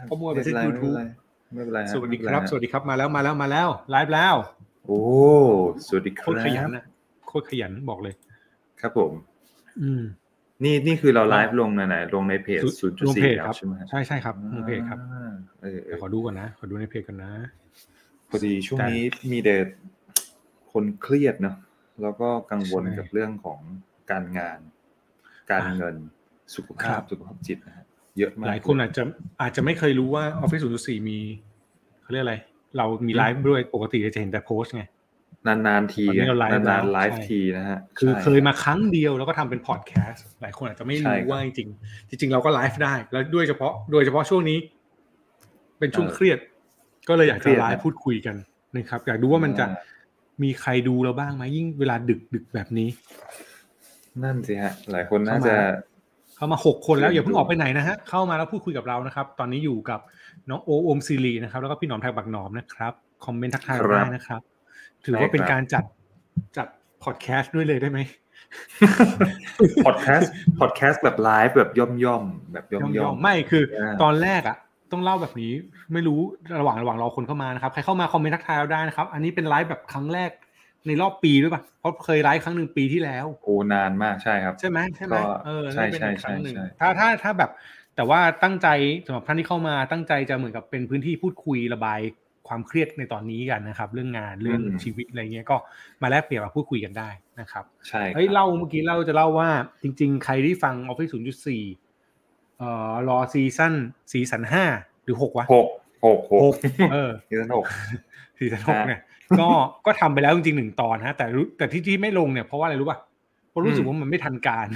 ก็มัวไปเซ็ต YouTube ไม่เป็นไรสวัสดีครับสวัสดีครับมาแล้วไลฟ์แล้วโอ้สวัสดีครับโคตรขยันนะโคตรขยันบอกเลยครับผมนี่คือเราไลฟ์ลงไหนลงในเพจ 0.4 แล้วใช่ไหมใช่ครับลงเพจครับขอดูก่อนนะขอดูในเพจกันนะพอดีช่วงนี้มีแต่คนเครียดเนาะแล้วก็กังวลกับเรื่องของการงานการเงินสุขภาพจิตนะฮะเยอะมากหลายคนอาจจะไม่เคยรู้ว่า Office 0.4 มีเขาเรียกอะไรเรามีไลฟ์ด้วยปกติจะเห็นแต่โพสต์ไงนานๆทีนานๆไลฟ์ทีนะฮะคือเคยมาครั้งเดียวแล้วก็ทำเป็นพอดแคสต์หลายคนอาจจะไม่รู้ว่าจริงเราก็ไลฟ์ได้แล้วโดยเฉพาะช่วงนี้เป็นช่วงเครียดก็เลยอยากจะไลฟ์พูดคุยกันนะครับอยากดูว่ามันจะมีใครดูเราบ้างไหมยิ่งเวลาดึกแบบนี้นั่นสิฮะหลายคนน่าจะเข้ามา6คนแล้วอย่าเพิ่งออกไปไหนนะฮะเข้ามาแล้วพูดคุยกับเรานะครับตอนนี้อยู่กับน้องโอมซีรีนะครับแล้วก็พี่หนอมแทกบักหนอมนะครับคอมเมนต์ทักทายได้นะครับถือว่าเป็นการจัดพอดแคสต์ด้วยเลยได้ไหมพอดแคสต์แบบไลฟ์แบบย่อมแบบย่อมไม่คือตอนแรกอ่ะต้องเล่าแบบนี้ไม่รู้ระหว่างรอคนเข้ามานะครับใครเข้ามาคอมเมนต์ทักทายเราได้นะครับอันนี้เป็นไลฟ์แบบครั้งแรกในรอบปีด้วยป่ะเพราะเคยไลฟ์ครั้งนึงปีที่แล้วโอ้นานมากใช่ครับใช่ไหมใช่เป็นครั้งนึงถ้าแบบแต่ว่าตั้งใจสำหรับท่านที่เข้ามาตั้งใจจะเหมือนกับเป็นพื้นที่พูดคุยระบายความเครียดในตอนนี้กันนะครับเรื่องงานเรื่องชีวิตอะไรเงี้ยก็มาแลกเปลี่ยนมาพูดคุยกันได้นะครับใช่เฮ้ยเมื่อกี้เราจะเล่าว่าจริงๆใครที่ฟัง Office 0.4รอซีซั่น5หรือ6วะ 6 ซีซั่น6เนี่ยก็ทำไปแล้วจริงๆ1ตอนฮะแต่ที่ไม่ลงเนี่ยเพราะว่าอะไรรู้ป่ะเพราะรู้สึกว่ามันไม่ทันการ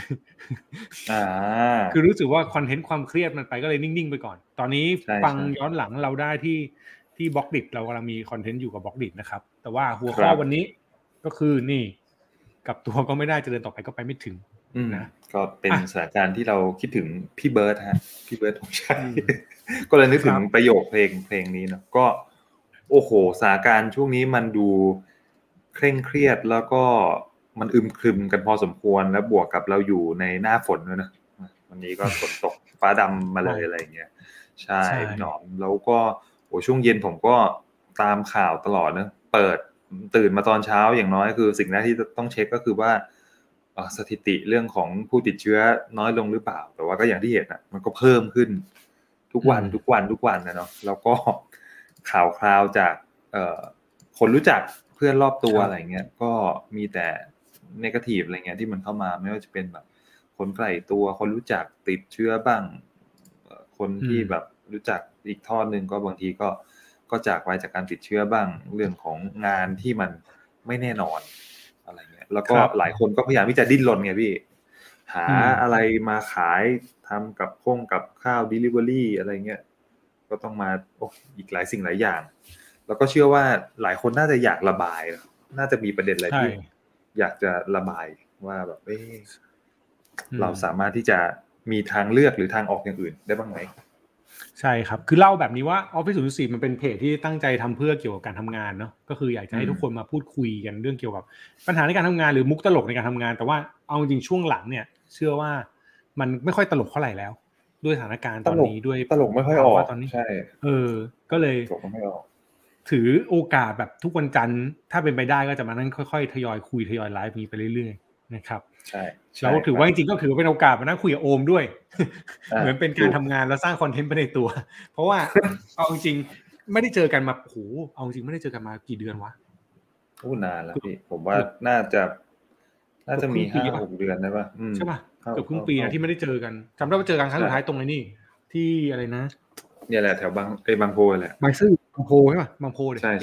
คือรู้สึกว่าคอนเทนต์ความเครียดมันไปก็เลยนิ่งๆไปก่อนตอนนี้ฟังย้อนหลังเราได้ที่บล็อกดิทเรากำลังมีคอนเทนต์อยู่กับบล็อกดิทนะครับแต่ว่าหัวข้อวันนี้ก็คือนี่กับตัวก็ไม่ได้จะเดินต่อไปก็ไปไม่ถึงนะก็เป็นสถานการณ์ที่เราคิดถึงพี่เบิร์ดฮะพี่เบิร์ดธงชัยก็เลยนึกถึงประโยคเพลงนี้เนาะก็โอ้โหสถานการณ์ช่วงนี้มันดูเคร่งเครียดแล้วก็มันอึมครึมกันพอสมควรแล้วบวกกับเราอยู่ในหน้าฝนด้วยนะวันนี้ก็ฝนตกฟ้าดำมาเลยอะไรอย่างเงี้ยใช่หนอมแล้วก็โอ้ช่วงเย็นผมก็ตามข่าวตลอดนะตื่นมาตอนเช้าอย่างน้อยคือสิ่งแรกที่ต้องเช็คก็คือว่าสถิติเรื่องของผู้ติดเชื้อน้อยลงหรือเปล่าแต่ว่าก็อย่างที่เห็นนะมันก็เพิ่มขึ้นทุกวันนะเนาะแล้วก็ข่าวคราวจากคนรู้จักเพื่อนรอบตัวอะไรเงี้ยก็มีแต่เนกาทีฟอะไรเงี้ยที่มันเข้ามาไม่ว่าจะเป็นแบบคนใกล้ตัวคนรู้จักติดเชื้อบ้างคนที่แบบรู้จักอีกทอดนึงก็บางทีก็จากไปจากการติดเชื้อบ้างเรื่องของงานที่มันไม่แน่นอนอะไรเงี้ยแล้วก็หลายคนก็พยายามที่จะดิ้นรนไงพี่หาอะไรมาขายทำกับข้าว delivery อะไรเงี้ยก็ต้องมาอีกหลายสิ่งหลายอย่างแล้วก็เชื่อว่าหลายคนน่าจะอยากระบายน่าจะมีประเด็นอะไรที่อยากจะระบายว่าแบบเราสามารถที่จะมีทางเลือกหรือทางออกอย่างอื่นได้บ้างไหมใช่ครับคือเล่าแบบนี้ว่า Office 0.4 มันเป็นเพจที่ตั้งใจทำเพื่อเกี่ยวกับการทำงานเนาะก็คืออยากจะให้ทุกคนมาพูดคุยกันเรื่องเกี่ยวกับปัญหาในการทำงานหรือมุกตลกในการทำงานแต่ว่าเอาจริงช่วงหลังเนี่ยเชื่อว่ามันไม่ค่อยตลกเท่าไหร่แล้วด้วยสถานการณ์ตอนนี้ด้วยตลกไม่ค่อยออกตอนนี้ใช่ก็เลยตลกไม่ออกถือโอกาสแบบทุกวันจันทร์ถ้าเป็นไปได้ก็จะมานั่งค่อยๆทยอยคุยทยอยไลฟ์นี้ไปเรื่อยๆนะครับใช่แล้วถือว่าจริงๆก็ถือเป็นโอกาสมานั่งคุยกับโอมด้วยเหมือนเป็นการทำงานแล้วสร้างคอนเทนต์ไปในตัวเพราะว่าเอาจริงไม่ได้เจอกันมาโหเอาจริงไม่ได้เจอกันมากี่เดือนวะนานแล้วพี่ผมว่าน่าจะมี 5-6 เดือนได้ป่ะใช่ป่ะเกือบครึ่งปีนะที่ไม่ได้เจอกันจำได้ว่าเจอกันครั้งสุดท้ายตรงไหนนี่ที่อะไรนะเนี่ยแหละแถวบางโพแหละบางซื่อบางโพใช่ป่ะบางโพใช่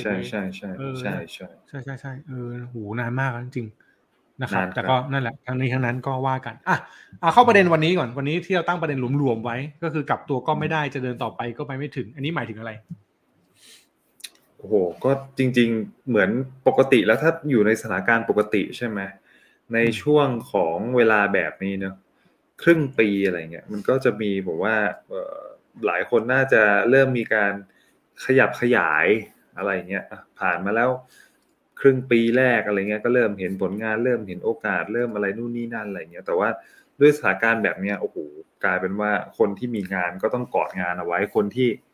โหนานมากจริงนะครับแต่ก็นั่นแหละทั้งนี้ทั้งนั้นก็ว่ากันเข้าประเด็นวันนี้ก่อนวันนี้ที่เราตั้งประเด็นหลวมๆไว้ก็คือกลับตัวก็ไม่ได้จะเดินต่อไปก็ไปไม่ถึงอันนี้หมายถึงอะไรโอ้โหก็จริงๆเหมือนปกติแล้วถ้าอยู่ในสถานการณ์ปกติใช่ไหมในช่วงของเวลาแบบนี้เนอะครึ่งปีอะไรเงี้ยมันก็จะมีผมว่าหลายคนน่าจะเริ่มมีการขยับขยายอะไรเงี้ยผ่านมาแล้วครึ่งปีแรกอะไรเงี้ยก็เริ่มเห็นผลงานเริ่มเห็นโอกาสเริ่มอะไรนู่นนี่นั่นอะไรเงี้ยแต่ว่าด้วยสถานการณ์แบบเนี้ยโอ้โหกลายเป็นว่าคนที่มีงานก็ต้องกอดงานเอาไว้คนที่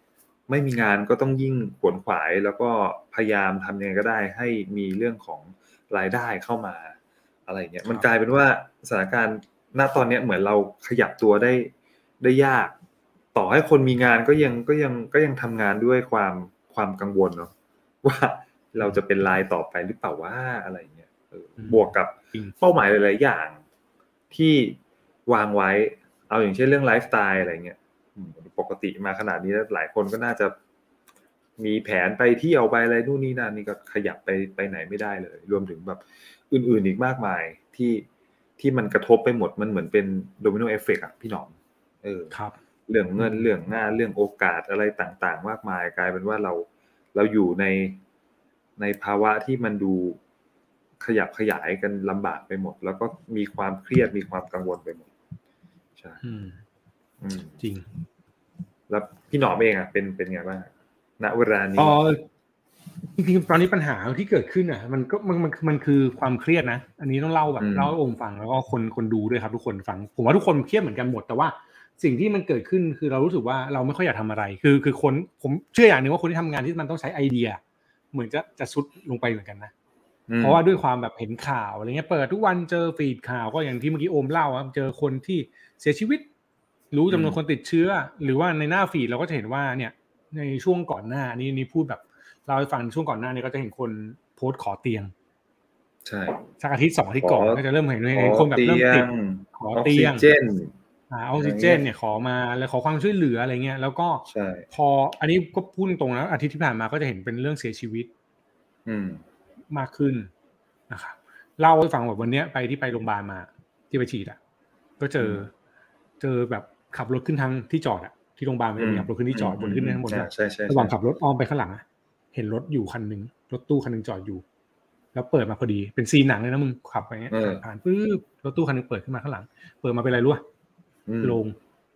ไม่มีงานก็ต้องยิ่งขวนขวายแล้วก็พยายามทำยังไงก็ได้ให้มีเรื่องของรายได้เข้ามาอะไรเงี้ยมันกลายเป็นว่าสถานการณ์ณตอนนี้เหมือนเราขยับตัวได้ยากต่อให้คนมีงานก็ยังทำงานด้วยความกังวลเนาะว่าเราจะเป็นรายต่อไปหรือเปล่าว่าอะไรเงี้ยบวกกับเป้าหมายหลายๆอย่างที่วางไว้เอาอย่างเช่นเรื่องไลฟ์สไตล์อะไรเงี้ยปกติมาขนาดนี้แล้วหลายคนก็น่าจะมีแผนไปเที่ยวไปอะไรนู่นนี่นั่นนี่ก็ขยับไปไหนไม่ได้เลยรวมถึงแบบอื่นๆอีกมากมายที่มันกระทบไปหมดมันเหมือนเป็นโดมิโนเอฟเฟกต์อ่ะพี่หนอมครับเรื่องเงินเรื่องงานเรื่องโอกาสอะไรต่างๆมากมายกลายเป็นว่าเราอยู่ในภาวะที่มันดูขยับขยายกันลำบากไปหมดแล้วก็มีความเครียดมีความกังวลไปหมดใช่จริงแล้วพี่หนอมเองอ่ะเป็นไงบ้างณเวลานี้จริงๆตอนนี้ปัญหาที่เกิดขึ้นอ่ะมันคือความเครียดนะอันนี้ต้องเล่าแบบเล่าให้ฟังแล้วก็คนดูด้วยครับทุกคนฟังผมว่าทุกคนเครียดเหมือนกันหมดแต่ว่าสิ่งที่มันเกิดขึ้นคือเรารู้สึกว่าเราไม่ค่อยอยากทำอะไรคือคนผมเชื่ออย่างนึงว่าคนที่ทำงานที่มันต้องใช้ไอเดียเหมือนจะซุดลงไปเหมือนกันนะเพราะว่าด้วยความแบบเห็นข่าวอะไรเงี้ยเปิดทุกวันเจอฟีดข่าวก็อย่างที่เมื่อกี้โอมเล่าครับเจอคนที่เสียชีวิตรู้จำนวนคนติดเชื้อหรือว่าในหน้าฟีดเราก็จะเห็นว่าเนี่ยในช่วงก่อนหน้านี่พูดแบบเราไปฟังช่วงก่อนหน้านี้ก็จะเห็นคนโพสต์ขอเตียงใช่สักอาทิตย์2อาทิตย์ก่อนก็จะเริ่มเห็นคนแบบเริ่มติดขอเตียงออกซิเจนเนี่ยขอมาแล้วขอความช่วยเหลืออะไรเงี้ยแล้วก็พออันนี้ก็พูดตรงๆแล้วอาทิตย์ที่ผ่านมาก็จะเห็นเป็นเรื่องเสียชีวิตมากขึ้นนะครับเล่าให้ฟังแบบวันนี้ไปโรงพยาบาลมาที่ไปฉีดอ่ะก็เจอแบบขับรถขึ้นทางที่จอดอ่ะที่โรงพยาบาลมันจะมีขับรถขึ้นที่จอดบนขึ้นข้างบนระหว่างขับรถอ้อมไปข้างหลังเห็นรถอยู่คันนึงรถตู้คันนึงจอดอยู่แล้วเปิดมาพอดีเป็นซีนหนังเลยนะมึงขับไปเงี้ยผ่านปึ๊บรถตู้คันนึงเปิดขึ้นมาข้างหลังเปิดมาเป็นอะไรรู้ป่ะโรง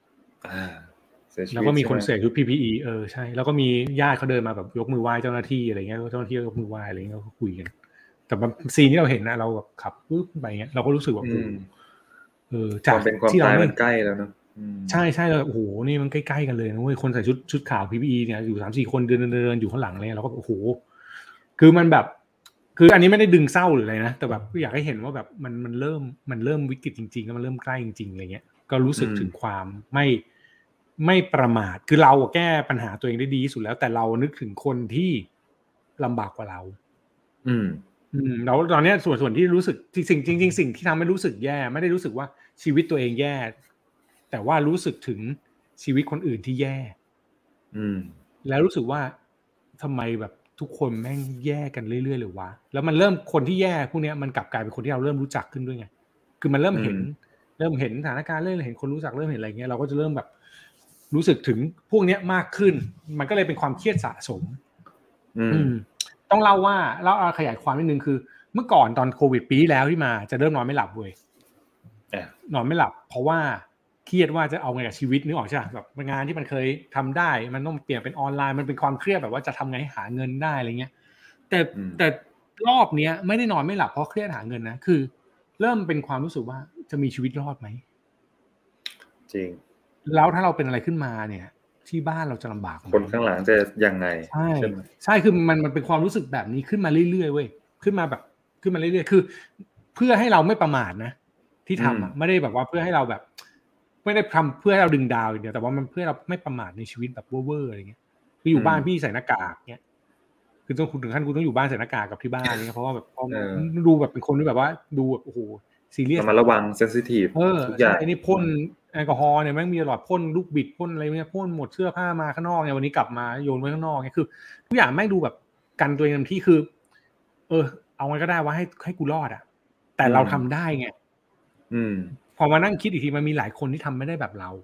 แล้วก็มีคนใส่ชุด PPE ใช่แล้วก็มีญาติเขาเดินมาแบบยกมือไหว้เจ้าหน้าที่อะไรเงี้ยเจ้าหน้าที่ยกมือไหว้อะไรเงี้ยก็คุยกันแต่ซีนที่เราเห็นนะเราแบบขับปึ๊บไปเงี้ยเราก็รู้สึกว่าจากที่เรามันใกล้แล้วเนาะใช่เลยโอ้โหนี่มันใกล้ๆกันเลยนะเว้ยคนใส่ชุดขาว PPE เนี่ยอยู่ 3-4 คนเดินอยู่ข้างหลังเลยเราก็โอ้โหคือมันแบบคืออันนี้ไม่ได้ดึงเศร้าหรืออะไรนะแต่แบบอยากให้เห็นว่าแบบมันเริ่มวิกฤตจริงๆแล้วมันเริ่มใกล้จริงๆอะไรเงี้ยก็รู้สึกถึงความไม่ประมาทคือเราแก้ปัญหาตัวเองได้ดีที่สุดแล้วแต่เรานึกถึงคนที่ลำบากกว่าเราแล้วตอนนี้ส่วนที่รู้สึกสิ่งที่ทำให้รู้สึกแย่ไม่ได้รู้สึกว่าชีวิตตัวเองแย่แต่ว่ารู้สึกถึงชีวิตคนอื่นที่แย่แล้วรู้สึกว่าทำไมแบบทุกคนแม่งแย่กันเรื่อยๆเลยวะแล้วมันเริ่มคนที่แย่พวกนี้มันกลับกลายเป็นคนที่เราเริ่มรู้จักขึ้นด้วยไงคือมันเริ่มเห็นสถานการณ์เริ่มเห็นคนรู้จักเริ่มเห็นอะไรเงี้ยเราก็จะเริ่มแบบรู้สึกถึงพวกนี้มากขึ้นมันก็เลยเป็นความเครียดสะสมต้องเล่าว่าเล่าขยายความนิดนึงคือเมื่อก่อนตอนโควิดปีที่แล้วที่มาจะเริ่มนอนไม่หลับเว้ยนอนไม่หลับเพราะว่าเครียดว่าจะเอาไงกับชีวิตนึกออกใช่ไหมแบบงานที่มันเคยทำได้มันต้องเปลี่ยนเป็นออนไลน์มันเป็นความเครียดแบบว่าจะทำไงให้หาเงินได้อะไรเงี้ยแต่รอบเนี้ยไม่ได้นอนไม่หลับเพราะเครียดหาเงินนะคือเริ่มเป็นความรู้สึกว่าจะมีชีวิตรอดไหมจริงแล้วถ้าเราเป็นอะไรขึ้นมาเนี่ยที่บ้านเราจะลำบากคนข้างหลังจะยังไงใช่คือมันเป็นความรู้สึกแบบนี้ขึ้นมาเรื่อยๆเว้ยขึ้นมาเรื่อยๆคือเพื่อให้เราไม่ประมาทนะที่ทำอ่ะไม่ได้แบบว่าเพื่อให้เราแบบไม่ได้ทำเพื่อให้เราดึงดาวอย่างเดียวแต่ว่ามันเพื่อเราไม่ประมาทในชีวิตแบบเว่อร์อะไรเงี้ยคืออยู่บ้านพี่ใส่หน้ากากเนี่ยคือต้องคุณถึงขั้นคุณต้องอยู่บ้านใส่หน้ากากกับที่บ้านเนี่ยเพราะว่าแบบดูแบบเป็นคนที่แบบว่าดูแบบโอ้โหซีเรียสมาระวังเซนซิทีฟทุกอย่างไอ้นี่พ่นแอลกอฮอล์เนี่ยแม่งมีหลอดพ่นลูกบิดพ่นอะไรเนี่ยพ่นหมดเสื้อผ้ามาข้างนอกเนี่ยวันนี้กลับมาโยนไว้ข้างนอกเนี่ยคือทุกอย่างแม่งดูแบบกันตัวเองเต็มที่คือเอาไงก็ได้ว่าให้กูรอดอ่ะแต่เราทำได้ไงพอมานั่งคิดอีกทีมันมีหลายคนที่ทำไม่ได้แบบเรา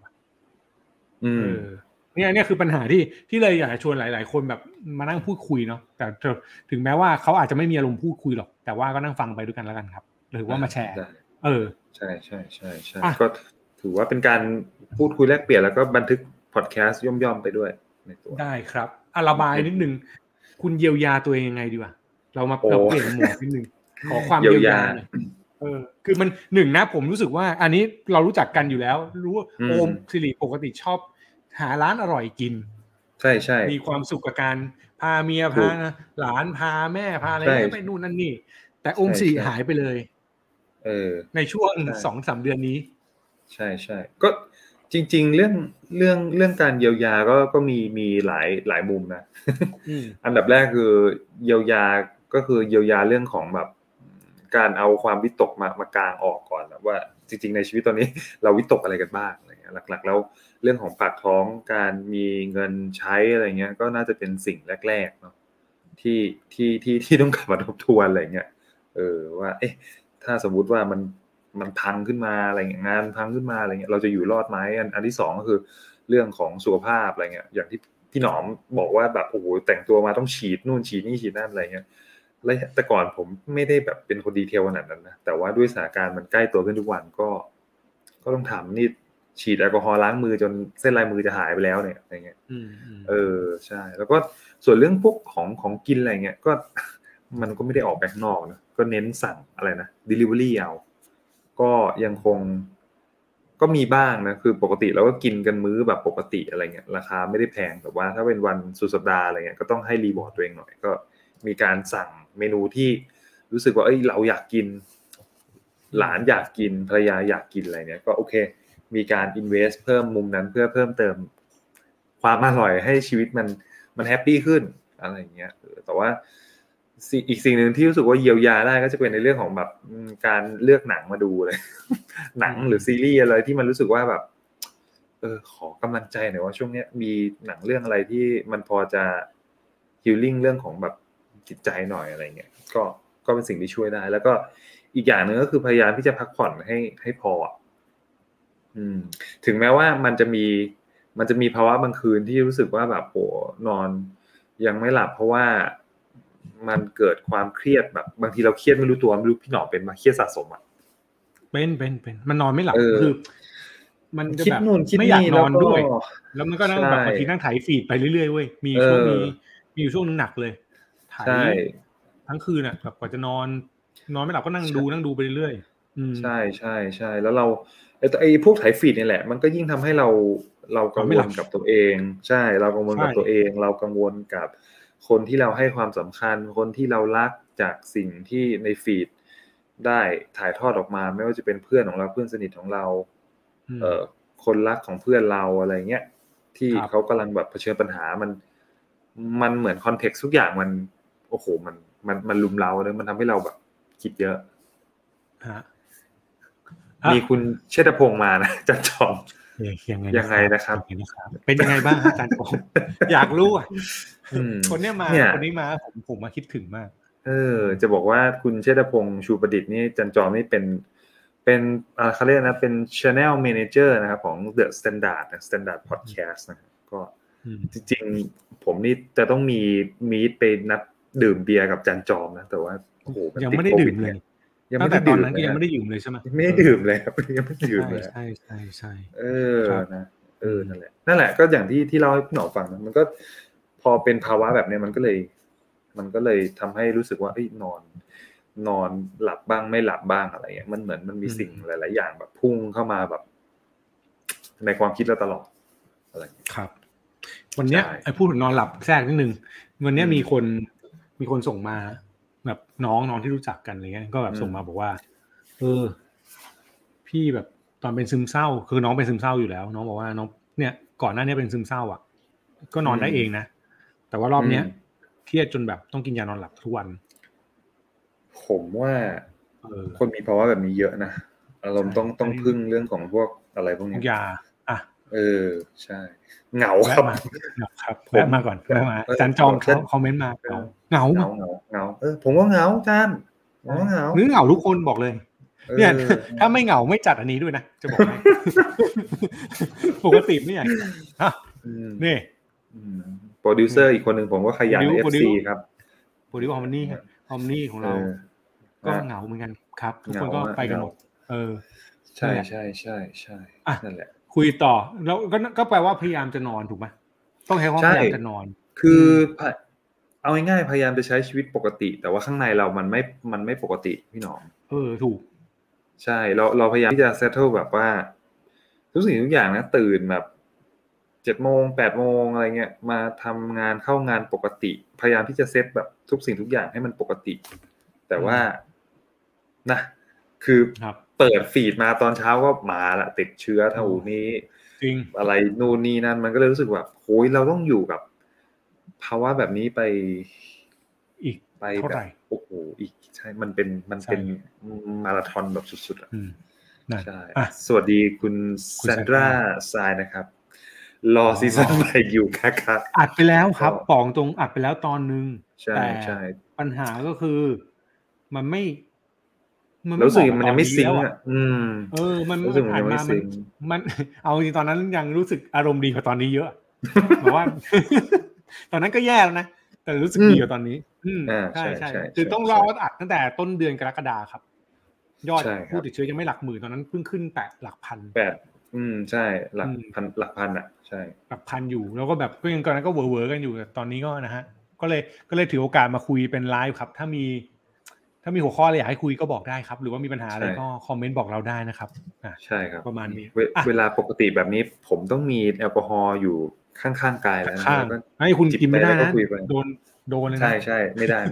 เนี่ยคือปัญหาที่เลยอยากจะชวนหลายๆคนแบบมานั่งพูดคุยเนาะแต่ถึงแม้ว่าเขาอาจจะไม่มีอารมณ์พูดคุยหรอกแต่ว่าก็นั่งฟังไปด้วยกันแล้วกันครับหรือว่ามาแชร์ใช่ก็ถือว่าเป็นการพูดคุยแลกเปลี่ยนแล้วก็บันทึกพอดแคสต์ย่อมๆไปด้วยในตัวได้ครับระบายนิดนึงคุณเยียวยาตัวเองยังไงดีวะเราเปลี่ยนโหมดนิดนึงขอความเยียวยาคือมันหนึ่งนะผมรู้สึกว่าอันนี้เรารู้จักกันอยู่แล้วรู้ว่าโอมสิริปกติชอบหาร้านอร่อยกินใช่ใช่มีความสุขกับการพาเมียพาหลานพาแม่พาอะไรไปนู่นนั่นนี่แต่องค์4หายไปเลยในช่วง 2-3 เดือนนี้ใช่ก็จริงๆเรื่องการเยียวยาก็มีหลายมุมนะอันดับแรกคือเยียวยาก็คือเยียวยาเรื่องของแบบการเอาความวิตกมากางออกก่อนว่าจริงๆในชีวิตตอนนี้เราวิตกอะไรกันบ้างอะไรเงี้ยหลักๆแล้วเรื่องของปากท้องการมีเงินใช้อะไรเงี้ยก็น่าจะเป็นสิ่งแรกๆเนาะที่ต้องกลับมาทบทวนอะไรเงี้ยว่าถ้าสมมุติว่ามันพังขึ้นมาอะไรเงี้ยงานพังขึ้นมาอะไรเงี้ยเราจะอยู่รอดไหมอันที่2ก็คือเรื่องของสุขภาพอะไรเงี้ยอย่างที่พี่หนอมบอกว่าแบบโอ้โหแต่งตัวมาต้องฉีดนู่นฉีดนี่ฉีดนั่นอะไรเงี้ยแล้วแต่ก่อนผมไม่ได้แบบเป็นคนดีเทลขนาดนั้นนะแต่ว่าด้วยสถานการณ์มันใกล้ตัวขึ้นทุกวันก็ต้องถามนี่ฉีดแอลกอฮอล์ล้างมือจนเส้นลายมือจะหายไปแล้วเนี่ยอะไรเงี้ยใช่แล้วก็ส่วนเรื่องพวกของกินอะไรเงี้ยก็มันก็ไม่ได้ออกไปข้างนอกนะก็เน้นสั่งอะไรนะ delivery เอาก็ยังคงก็มีบ้างนะคือปกติเราก็กินกันมื้อแบบปกติอะไรเงี้ยราคาไม่ได้แพงแต่ว่าถ้าเป็นวันสุดสัปดาห์อะไรเงี้ยก็ต้องให้รีวอร์ดตัวเองหน่อยก็มีการสั่งเมนูที่รู้สึกว่าเราอยากกินหลานอยากกินภรรยาอยากกินอะไรเนี่ยก็โอเคมีการ invest เพิ่มมุมนั้นเพื่อเพิ่มเติมความอร่อยให้ชีวิตมันแฮปปี้ขึ้นอะไรอย่างเงี้ยแต่ว่าอีกสิ่งหนึ่งที่รู้สึกว่าเยียวยาได้ก็จะเป็นในเรื่องของแบบการเลือกหนังมาดูเลยหนังหรือซีรีส์อะไรที่มันรู้สึกว่าแบบขอกำลังใจหน่อยว่าช่วงนี้มีหนังเรื่องอะไรที่มันพอจะฮีลลิ่งเรื่องของแบบจิตใจหน่อยอะไรเงี้ยก็เป็นสิ่งที่ช่วยได้แล้วก็อีกอย่างนึงก็คือพยายามที่จะพักผ่อนให้พอถึงแม้ว่ามันจะมีภาวะบางคืนที่รู้สึกว่าแบบโหนอนยังไม่หลับเพราะว่ามันเกิดความเครียดแบบบางทีเราเครียดไม่รู้ตัวไม่รู้พี่หนอเป็นมาเครียดสะสมอ่ะเป็นมันนอนไม่หลับคือมันจะแบบไม่อยากนอนด้วยแล้วมันก็นั่งแบบบางทีนั่งไถฟีดไปเรื่อยๆเว้ยมีช่วงอยู่ช่วงนึงหนักเลยไถทั้งคืนอ่ะแบบกว่าจะนอนไม่หลับก็นั่งดูไปเรื่อยๆใช่แล้วเราไอ้พวกไถฟีดนี่แหละมันก็ยิ่งทำให้เรากังวลกับตัวเองใช่เรากังวลกับตัวเองเรากังวลกับคนที่เราให้ความสำคัญคนที่เรารักจากสิ่งที่ในฟีดได้ถ่ายทอดออกมาไม่ว่าจะเป็นเพื่อนของเราเพื่อนสนิทของเราคนรักของเพื่อนเราอะไรเงี้ยที่เขากำลังแบบเผชิญปัญหามันเหมือนคอนเท็กซ์ทุกอย่างมันโอ้โหมันลุมเร้าเลยมันทำให้เราแบบคิดเยอะมีคุณเชษฐพงษ์มานะจันจอมยังไงนะครับเป็นยังไงบ้างอาจารย์ปองอยากรู้คนนี้มาผมมาคิดถึงมากจะบอกว่าคุณเชษฐพงษ์ชูประดิษฐ์นี่จันจอมนี่เป็นเขาเรียกนะเป็น Channel Manager นะครับของ The Standard Podcast นะครับก็จริงๆผมนี่จะต้องมีไปนัดดื่มเบียร์กับจันจอมนะแต่ว่าโอ้โหยังไม่ได้ดื่มเลยตั้งแต่ตอนนั้นก็ยังไม่ได้ดื่มเลยใช่ไหมไม่ได้ดื่มเลยครับยังไม่ดื่มเลยใช่นะนั่นแหละก็อย่างที่เล่าให้พี่หนอฟังนะมันก็พอเป็นภาวะแบบนี้มันก็เลยทำให้รู้สึกว่านอนหลับบ้างไม่หลับบ้างอะไรอย่างเงี้ยมันเหมือนมันมีสิ่งหลายๆอย่างแบบพุ่งเข้ามาแบบในความคิดเราตลอดอะไรครับวันนี้ไอ้พูดถึงนอนหลับแทรกนิดนึงวันนี้มีคนส่งมาแบบน้องที่รู้จักกันอะไรเงี้ยก็แบบส่งมาบอกว่าพี่แบบตอนเป็นซึมเศร้าคือน้องเป็นซึมเศร้าอยู่แล้วน้องบอกว่าน้องเนี่ยก่อนหน้านี้เป็นซึมเศร้าอ่ะก็นอนได้เองนะแต่ว่ารอบเนี้ยเครียดจนแบบต้องกินยานอนหลับทุกวันผมว่าคนมีภาวะแบบนี้เยอะนะอารมณ์ต้องพึ่งเรื่องของพวกอะไรพวกนี้ยาใช่เหงาครับแวะมาก่อนแวะมาจันจอมเขาคอมเมนต์มาเหงาผมก็เหงาจานผมก็เหงาเหงาทุกคนบอกเลยเนี่ยถ้าไม่เหงาไม่จัดอันนี้ด้วยนะจะบอกให้ปกติไม่ใหญ่นี่โปรดิวเซอร์อีกคนหนึ่งผมก็ขยัน FC ครับโปรดิวฮอร์โมนี่ของเราก็เหงาเหมือนกันครับทุกคนก็ไปกันหมดใช่นั่นแหละคุยต่อแล้วก็แปลว่าพยายามจะนอนถูกไหมต้องใช้ความพยายามจะนอนคือเอาง่ายๆพยายามจะใช้ชีวิตปกติแต่ว่าข้างในเรามันไม่ปกติพี่หนอมถูกใช่เราพยายามที่จะ settle แบบว่าทุกสิ่งทุกอย่างนะตื่นแบบ 7 โมง 8 โมงอะไรเงี้ยมาทำงานเข้างานปกติพยายามที่จะเซตแบบทุกสิ่งทุกอย่างให้มันปกติแต่ว่านะคือเปิดฟีดมาตอนเช้าก็มาละติดเชื้อเท่านี้จริงอะไรนู่นนี่นั่นมันก็เลยรู้สึกแบบโหยเราต้องอยู่กับภาวะแบบนี้ไปอีกเท่าไหร่โอ้โหอีกใช่มันเป็นมาราธอนแบบสุดๆอ่ะใช่สวัสดีคุณแซนดราทรายนะครับรอซีซั่นใหม่อยู่ครับอัดไปแล้วครับปองตรงอัดไปแล้วตอนนึงแต่ปัญหาก็คือมันไม่รู้สึกมันยังไม่ซิงค์อ่ะมันอ่านมามันเอาจริงตอนนั้นยังรู้สึกอารมณ์ดีกว่าตอนนี้เยอะเพราะว่าตอนนั้นก็แย่แล้วนะแต่รู้สึกดีกว่าตอนนี้ใช่คือต้องรออัดตั้งแต่ต้นเดือนกรกฎาคมครับยอดผู้ติดเชื้อยังไม่หลักหมื่นตอนนั้นเพิ่งขึ้นแตะหลักพันใช่หลักพันอ่ะใช่หลักพันอยู่แล้วก็แบบก็ยังตอนนั้นก็เวอร์กันอยู่แต่ตอนนี้ก็นะฮะก็เลยถือโอกาสมาคุยเป็นไลฟ์ครับถ้ามีหัวข้ออะไรอยากให้คุยก็บอกได้ครับหรือว่ามีปัญหาอะไรก็คอมเมนต์บอกเราได้นะครับใช่ครับประมาณนี้เวลาปกติแบบนี้ผมต้องมีแอลกอฮอล์อยู่ข้างๆกายแล้วนะก็ให้คุณกินไม่ได้นะโดนเลยนะใช่ไม่ได้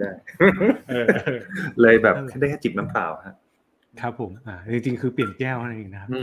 เลยแบบได้แค่จิบน้ำเปล่าครับผมจริงๆคือเปลี่ยนแก้วนั่นเองนะครับ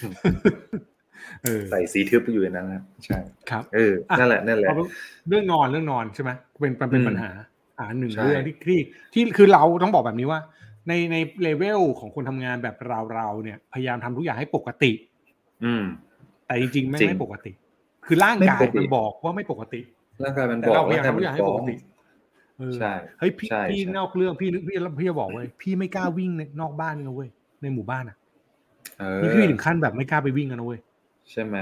ใส่สีทึบไปอยู่ในนั้นครับใช่ครับนั่นแหละเรื่องนอนใช่ไหมเป็นปัญหาหนึ่งเรื่องที่คือเราต้องบอกแบบนี้ว่าในเลเวลของคนทำงานแบบเราเนี่ยพยายามทำทุกอย่างให้ปกติแต่จริงๆไม่ปกติคือร่างกายมันบอกว่าไม่ปกติร่างกายมันบอกเราพยายามทำทุกอย่างให้ปกติใช่เฮ้ยพี่นอกเรื่องพี่จะบอกเว้ยพี่ไม่กล้าวิ่งนอกบ้านเลยเว้ยในหมู่บ้านอ่ะพี่ถึงขั้นแบบไม่กล้าไปวิ่งกันนะเว้ยใช่ไหม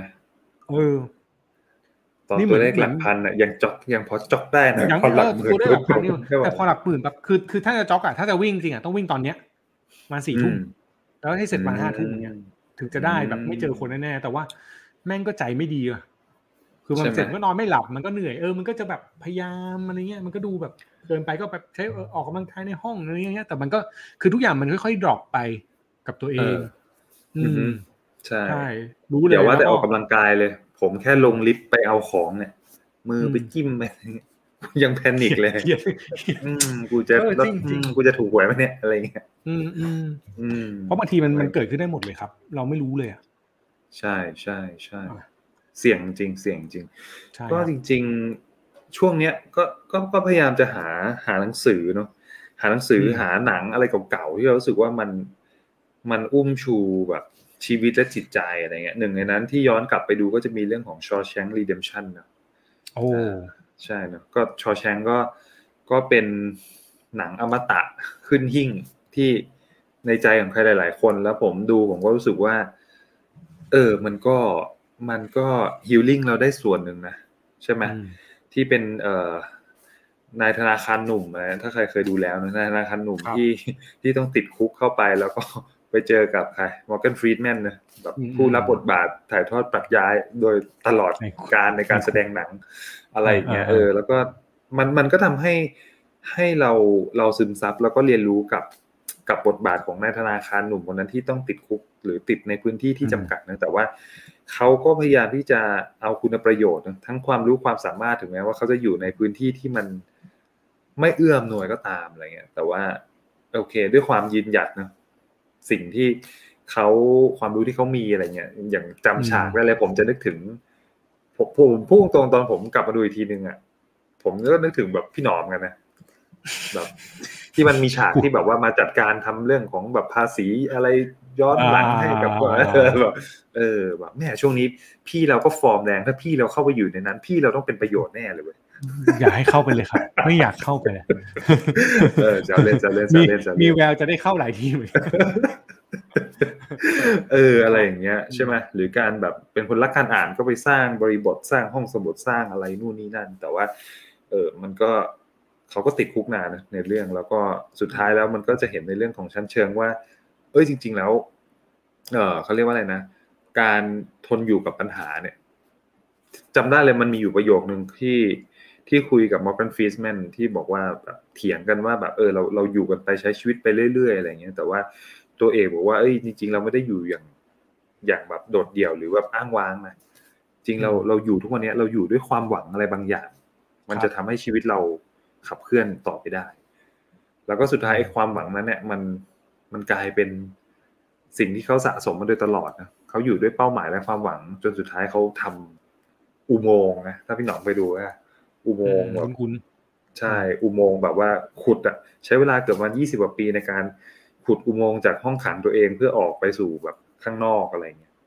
ตอนตัวเลขหลักพันอ่ะยังพอจ็อกได้นะพอหลักหมื่นตัวเลขหลักพันนี่แต่พอหลักหมื่นแบบคือถ้าจะจ็อกอ่ะถ้าจะวิ่งจริงอ่ะต้องวิ่งตอนเนี้ยมา 4 ทุ่มแล้วให้เสร็จมา 5 ทุ่มอย่างเงี้ยถึงจะได้แบบไม่เจอคนแน่ๆแต่ว่าแม่งก็ใจไม่ดีอ่ะคือมันเสร็จก็นอนไม่หลับมันก็เหนื่อยมันก็จะแบบพยายามอะไรเงี้ยมันก็ดูแบบเกินไปก็แบบใช้ออกกำลังกายในห้องอะไรเงี้ยแต่มันก็คือทุกอย่างมันค่อยๆดรอปไปกับตัวเองใช่รู้เลยเดี๋ยวว่าแต่ออกกำลังกายเลยผมแค่ลงลิฟต์ไปเอาของเนี่ยมือไปจิ้มไปยังแพนิคเลยกูจะถูกหวยไหมเนี่ยอะไรเงี้ยเพราะบางทีมันเกิดขึ้นได้หมดเลยครับเราไม่รู้เลยอ่ะใช่เสี่ยงจริงก็จริงๆช่วงเนี้ยก็พยายามจะหาหนังสือเนาะหาหนังสือหาหนังอะไรเก่าๆที่เรารู้สึกว่ามันอุ้มชูแบบชีวิตและจิตใจอะไรเงี้ยหนึ่งในนั้นที่ย้อนกลับไปดูก็จะมีเรื่องของ Shawshank Redemption นะใช่เนาะก็ Shawshank ก็เป็นหนังอมตะขึ้นหิ้งที่ในใจของใครหลายๆคนแล้วผมก็รู้สึกว่ามันก็ฮีลลิ่งเราได้ส่วนหนึ่งนะใช่ไหมที่เป็นนายธนาคารหนุ่มนะถ้าใครเคยดูแล้วนะนายธนาคารหนุ่มที่ต้องติดคุกเข้าไปแล้วก็ไปเจอกับใครมอร์แกนฟรีดแมนนะแบบผู้รับบทบาทถ่ายทอดปรัชญาโดยตลอดการในการแสดงหนังอะไรอย่างเงี้ยแล้วก็มันก็ทำให้เราซึมซับแล้วก็เรียนรู้กับบทบาทของนายธนาคารหนุ่มคนนั้นที่ต้องติดคุกหรือติดในพื้นที่ที่จำกัดนะแต่ว่าเขาก็พยายามที่จะเอาคุณประโยชน์ทั้งความรู้ความสามารถถึงแม้ว่าเขาจะอยู่ในพื้นที่ที่มันไม่เอื้ออำนวยก็ตามอะไรเงี้ยแต่ว่าโอเคด้วยความยืนหยัดนะสิ่งที่เขาความรู้ที่เขามีอะไรเงี้ยอย่างจำฉากได้เลยผมจะนึกถึงผมพูดตรงตอนผมกลับมาดูอีกทีนึงอ่ะผมก็นึกถึงแบบพี่หนอมกันนะแบบที่มันมีฉากที่แบบว่ามาจัดการทำเรื่องของแบบภาษีอะไรย้อนหลังให้กับแบบแม่ช่วงนี้พี่เราก็ฟอร์มแรงถ้าพี่เราเข้าไปอยู่ในนั้นพี่เราต้องเป็นประโยชน์แน่เลยเว้ยอยากให้เข้าไปเลยครับไม่อยากเข้าไปเลยจะเล่นมีแววจะได้เข้าหลายทีเหมือนกันอะไรอย่างเงี้ยใช่ไหมหรือการแบบเป็นคนรักการอ่านก็ไปสร้างบริบทสร้างห้องสมุดสร้างอะไรนู่นนี่นั่นแต่ว่ามันก็เขาก็ติดคุกนานนะในเรื่องแล้วก็สุดท้ายแล้วมันก็จะเห็นในเรื่องของชั้นเชิงว่าจริงๆแล้วเขาเรียกว่าอะไรนะการทนอยู่กับปัญหาเนี่ยจำได้เลยมันมีอยู่ประโยคนึงที่คุยกับ Morgan Freeman ที่บอกว่าแบบเถียงกันว่าแบบเราอยู่กันไปใช้ชีวิตไปเรื่อยๆอะไรเงี้ยแต่ว่าตัวเอกบอกว่าจริงๆเราไม่ได้อยู่อย่างแบบโดดเดี่ยวหรือแบบอ้างว้างนะจริงเราอยู่ทุกวันนี้เราอยู่ด้วยความหวังอะไรบางอย่างมันจะทำให้ชีวิตเราขับเคลื่อนต่อไปได้แล้วก็สุดท้ายความหวังนั้นเนี่ยมันกลายเป็นสิ่งที่เขาสะสมมาโดยตลอดนะเขาอยู่ด้วยเป้าหมายและความหวังจนสุดท้ายเขาทำอุโมงค์นะถ้าพี่หนองไปดูว่าอุโมงค์แบบใช่อุโมงค์แบบว่าขุดอ่ะใช้เวลาเกือบวัน20 กว่าปีในการขุดอุโมงค์จากห้องขังตัวเองเพื่อออกไปสู่แบบข้างนอกอะไรเงี้ย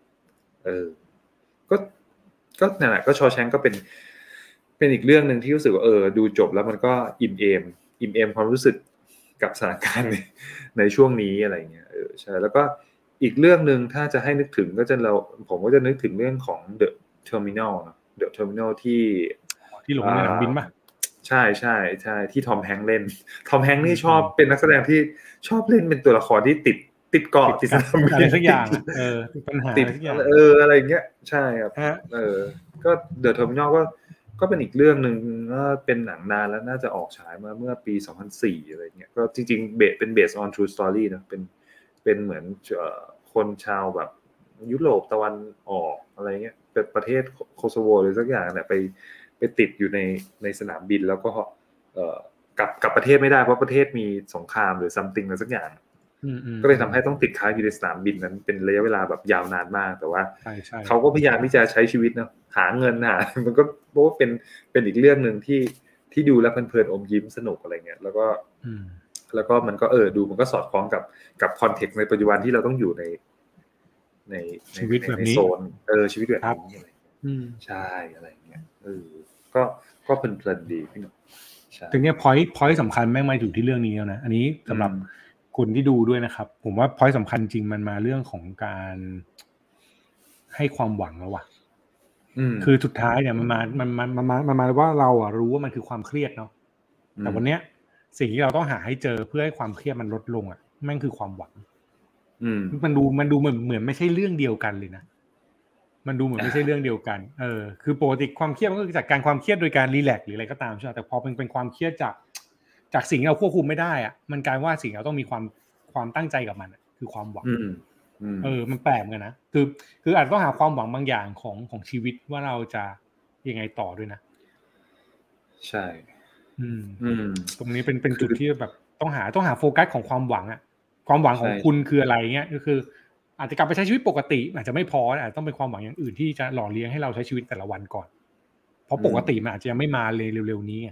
ก็นั่นแหละก็ชอแชงก์ก็เป็นอีกเรื่องนึงที่รู้สึกว่าดูจบแล้วมันก็อิ่มเอมความรู้สึกกับสถานการณ์ในช่วงนี้อะไรเงี้ยใช่แล้วก็อีกเรื่องนึงถ้าจะให้นึกถึงผมก็จะนึกถึงเรื่องของ The Terminal เนาะ The Terminal ที่หลงในสนามบินป่ะใช่ที่ทอมแฮงค์เล่นทอมแฮงค์นี่ชอบเป็นนักแสดงที่ชอบเล่นเป็นตัวละครที่ติดเกาะติดสนามบินอะไรสักอย่างปัญหาอะไรสักอย่างอะไรเงี้ยใช่ครับก็ The Terminal ก็เป็นอีกเรื่องนึงก็เป็นหนังนานแล้วน่าจะออกฉายมาเมื่อปี2004อะไรเงี้ยก็จริงๆเป็น based on true story นะเป็นเหมือนคนชาวแบบยุโรปตะวันออกอะไรเงี้ยเป็นประเทศโคโซโวหรือสักอย่างเนี่ยไปติดอยู่ในสนามบินแล้วก็กลับประเทศไม่ได้เพราะประเทศมีสงครามหรือ something อะไรสักอย่างก็เลยทำให้ต้องติดค้างอยู่ในสนามบินนั้นเป็นระยะเวลาแบบยาวนานมากแต่ว่าเขาก็พยายามที่จะใช้ชีวิตนะหาเงินมันก็เพราะว่าเป็นอีกเรื่องนึงที่ดูแล้วเพลินๆอมยิ้มสนุกอะไรเงี้ยแล้วก็มันก็ดูมันก็สอดคล้องกับคอนเทกต์ในปัจจุบันที่เราต้องอยู่ในชีวิตแบบนี้โซนชีวิตแบบนี้อะไรใช่อะไรเงี้ยก็เพลินๆดีพี่หนุ่มถึงเนี้ย point สำคัญแม่งมาอยู่ที่เรื่องนี้แล้วนะอันนี้สำหรับคุณที่ดูด้วยนะครับผมว่า point สำคัญจริงมันมาเรื่องของการให้ความหวังแล้วว่ะคือสุดท้ายเนี่ยมันมาว่าเราอ่ะรู้ว่ามันคือความเครียดเนาะแต่วันเนี้ยสิ่งที่เราต้องหาให้เจอเพื่อให้ความเครียดมันลดลงอ่ะแม่งคือความหวังมันดูเหมือนไม่ใช่เรื่องเดียวกันเลยนะมันดูเหมือนไม่ใช่เรื่องเดียวกันคือปกติความเครียดมันก็จากการความเครียดโดยการรีแลกซ์หรืออะไรก็ตามใช่ไหมแต่พอเป็นความเครียดจากสิ่งที่เราควบคุมไม่ได้อ่ะมันกลายว่าสิ่งเราต้องมีความตั้งใจกับมันคือความหวังมันแปลกเหมือนกันนะคืออาจจะต้องหาความหวังบางอย่างของชีวิตว่าเราจะยังไงต่อด้วยนะใช่ตรงนี้เป็นจุดที่แบบต้องหาโฟกัสของความหวังอ่ะความหวังของคุณคืออะไรเงี้ยก็คืออาจจะกลับไปใช้ชีวิตปกติอาจจะไม่พออาจจะต้องเป็นความหวังอย่างอื่นที่จะหล่อเลี้ยงให้เราใช้ชีวิตแต่ละวันก่อนเพราะปกติมันอาจจะยังไม่มาเลยเร็วๆนี้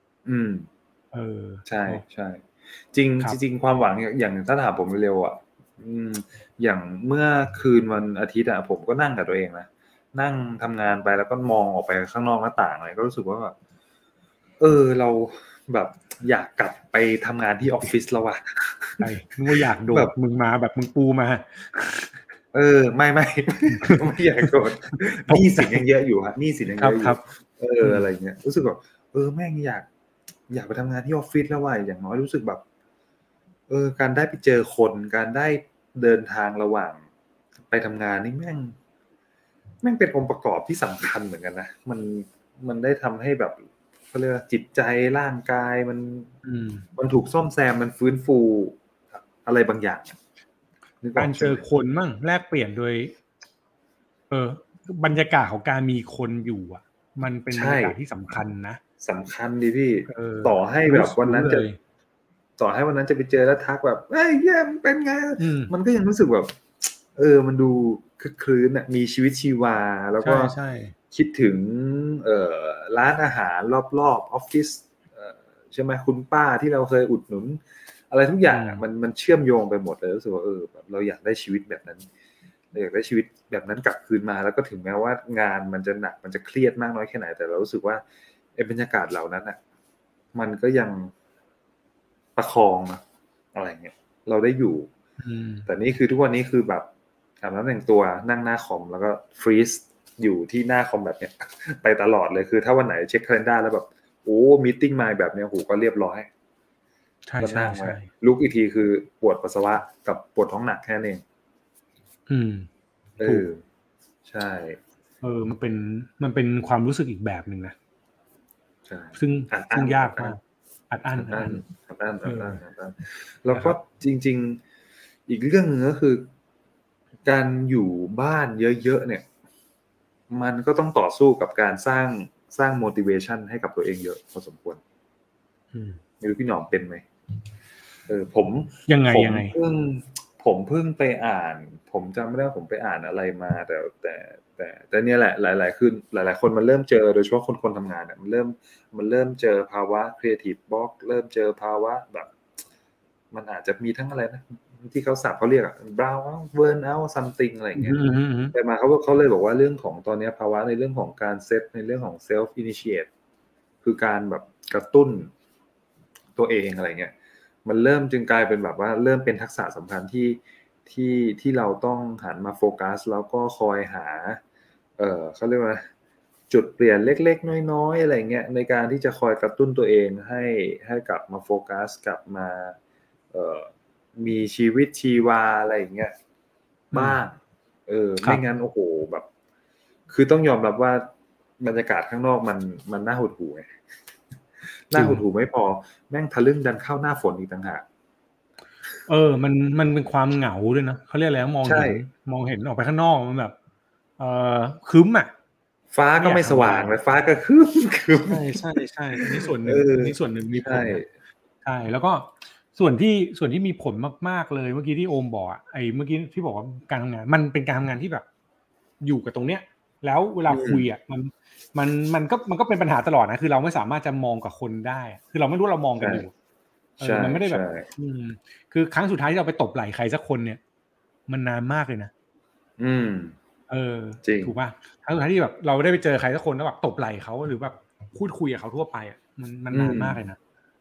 ใช่จริงความหวังอย่างถ้าถามผมเร็วอ่ะอย่างเมื่อคืนวันอาทิตย์อ่ะผมก็นั่งกับตัวเองนะนั่งทำงานไปแล้วก็มองออกไปข้างนอกหน้าต่างอะไรก็รู้สึกว่าแบบเราแบบอยากกลับไปทำงานที่ออฟฟิศแล้วว่ะใช่นึกว่าอยากโดดมึงมาแบบมึงปูมาไม่อยากโดดหนี้สินยังเยอะอยู่ฮะหนี้สินยังเยอะอยู่อะไรเงี้ยรู้สึกแบบแม่งอยากไปทำงานที่ออฟฟิศแล้วว่ะอย่างน้อยรู้สึกแบบการได้ไปเจอคนการได้เดินทางระหว่างไปทำงานนี่แม่งเป็นองค์ประกอบที่สำคัญเหมือนกันนะมันได้ทำให้แบบเขาเรียกว่าจิตใจร่างกายมันถูกซ่อมแซมมันฟื้นฟูอะไรบางอย่างการเจอคนมั่งแลกเปลี่ยนโดยบรรยากาศของการมีคนอยู่อ่ะมันเป็นบรรยากาศที่สำคัญนะสำคัญดิพี่ต่อให้แบบวันนั้นจะไปเจอแล้วทักแบบเฮ้ยเยี่ยมเป็นไงมันก็ยังรู้สึกแบบมันดูคึกครื้นอ่ะมีชีวิตชีวาแล้วก็คิดถึงร้านอาหารรอบๆออฟฟิศใช่ไหมคุณป้าที่เราเคยอุดหนุนอะไรทุกอย่างมันเชื่อมโยงไปหมดเลยรู้สึกว่าแบบเราอยากได้ชีวิตแบบนั้นอยากได้ชีวิตแบบนั้นกลับคืนมาแล้วก็ถึงแม้ว่างานมันจะหนักมันจะเครียดมากน้อยแค่ไหนแต่เรารู้สึกว่าบรรยากาศเหล่านั้นอ่ะมันก็ยังประคองนะอะไรเงี้ยเราได้อยู่แต่นี่คือทุกวันนี้คือแบบอาบน้ำแต่งตัวนั่งหน้าคอมแล้วก็ฟรีซอยู่ที่หน้าคอมแบบเนี้ยไปตลอดเลยคือถ้าวันไหนเช็ค calendar แล้วแบบโอ้มีตติ้งมาแบบเนี้ยโหก็เรียบร้อยก็นั่งไว้ลุกอีกทีคือปวดปัสสาวะกับปวดท้องหนักแค่นั้นเองใช่มันเป็นความรู้สึกอีกแบบนึงนะใช่ซึ่งยากมากอัดอั้นแล้วก็จริงๆอีกเรื่องนึงก็คือการอยู่บ้านเยอะๆเนี่ยมันก็ต้องต่อสู้กับการสร้าง motivation ให้กับตัวเองเยอะพอสมควรไม่รู้พี่หนอมเป็นไหมผมยังไงเพิ่งไปอ่านผมจำไม่ได้ผมไปอ่านอะไรมาแต่เนี่ยแหละหลายๆคือหลายๆคนมันเริ่มเจอโดยเฉพาะคนทำงานเนี่ยมันเริ่มเจอภาวะ creative block เริ่มเจอภาวะแบบมันอาจจะมีทั้งอะไรนะที่เขาศัพท์เขาเรียกอะ brown out burn out something อะไรอย่างเงี้ยแต่มาเขาเลยบอกว่าเรื่องของตอนนี้ภาวะในเรื่องของการเซตในเรื่องของ self initiate คือการแบบกระตุ้นตัวเองอะไรเงี้ยมันเริ่มจึงกลายเป็นแบบว่าเริ่มเป็นทักษะสำคัญที่เราต้องหันมาโฟกัสแล้วก็คอยหาเขาเรียกว่าจุดเปลี่ยนเล็กๆน้อยๆอะไรเงี้ยในการที่จะคอยกระตุ้นตัวเองให้กลับมาโฟกัสกลับมามีชีวิตชีวาอะไรอย่างเงี้ยบ้างไม่งั้นโอ้โหแบบคือต้องยอมรับว่าบรรยากาศข้างนอกมันน่าหดหู่ไงน่าหดหู่ไม่พอแม่งทะลึ่งดันเข้าหน้าฝนอีกต่างหากมันเป็นความเหงาด้วยนะเขาเรียกอะไรมองเห็นออกไปข้างนอกมันแบบครึ้มอ่ะฟ้าก็ไม่สว่างเลยฟ้าก็ครึ้มใช่อันนี้ส่วนหนึ่งมีผลใช่แล้วก็ส่วนที่มีผลมากๆเลยเมื่อกี้ที่โอมบอกไอ้เมื่อกี้ที่บอกว่าการทำงานมันเป็นการทำงานที่แบบอยู่กับตรงเนี้ยแล้วเวลาคุยอ่ะมันก็เป็นปัญหาตลอดนะคือเราไม่สามารถจะมองกับคนได้คือเราไม่รู้เรามองกันอยู่มันไม่ได้แบบคือครั้งสุดท้ายที่เราไปตบไหล่ใครสักคนเนี่ยมันนานมากเลยนะจริงถูกป่ะครั้งสุดท้ายที่แบบเราได้ไปเจอใครสักคนแล้วแบบตบไหล่เขาหรือแบบพูดคุยกับเขาทั่วไปอ่ะมันนานมากเลยนะ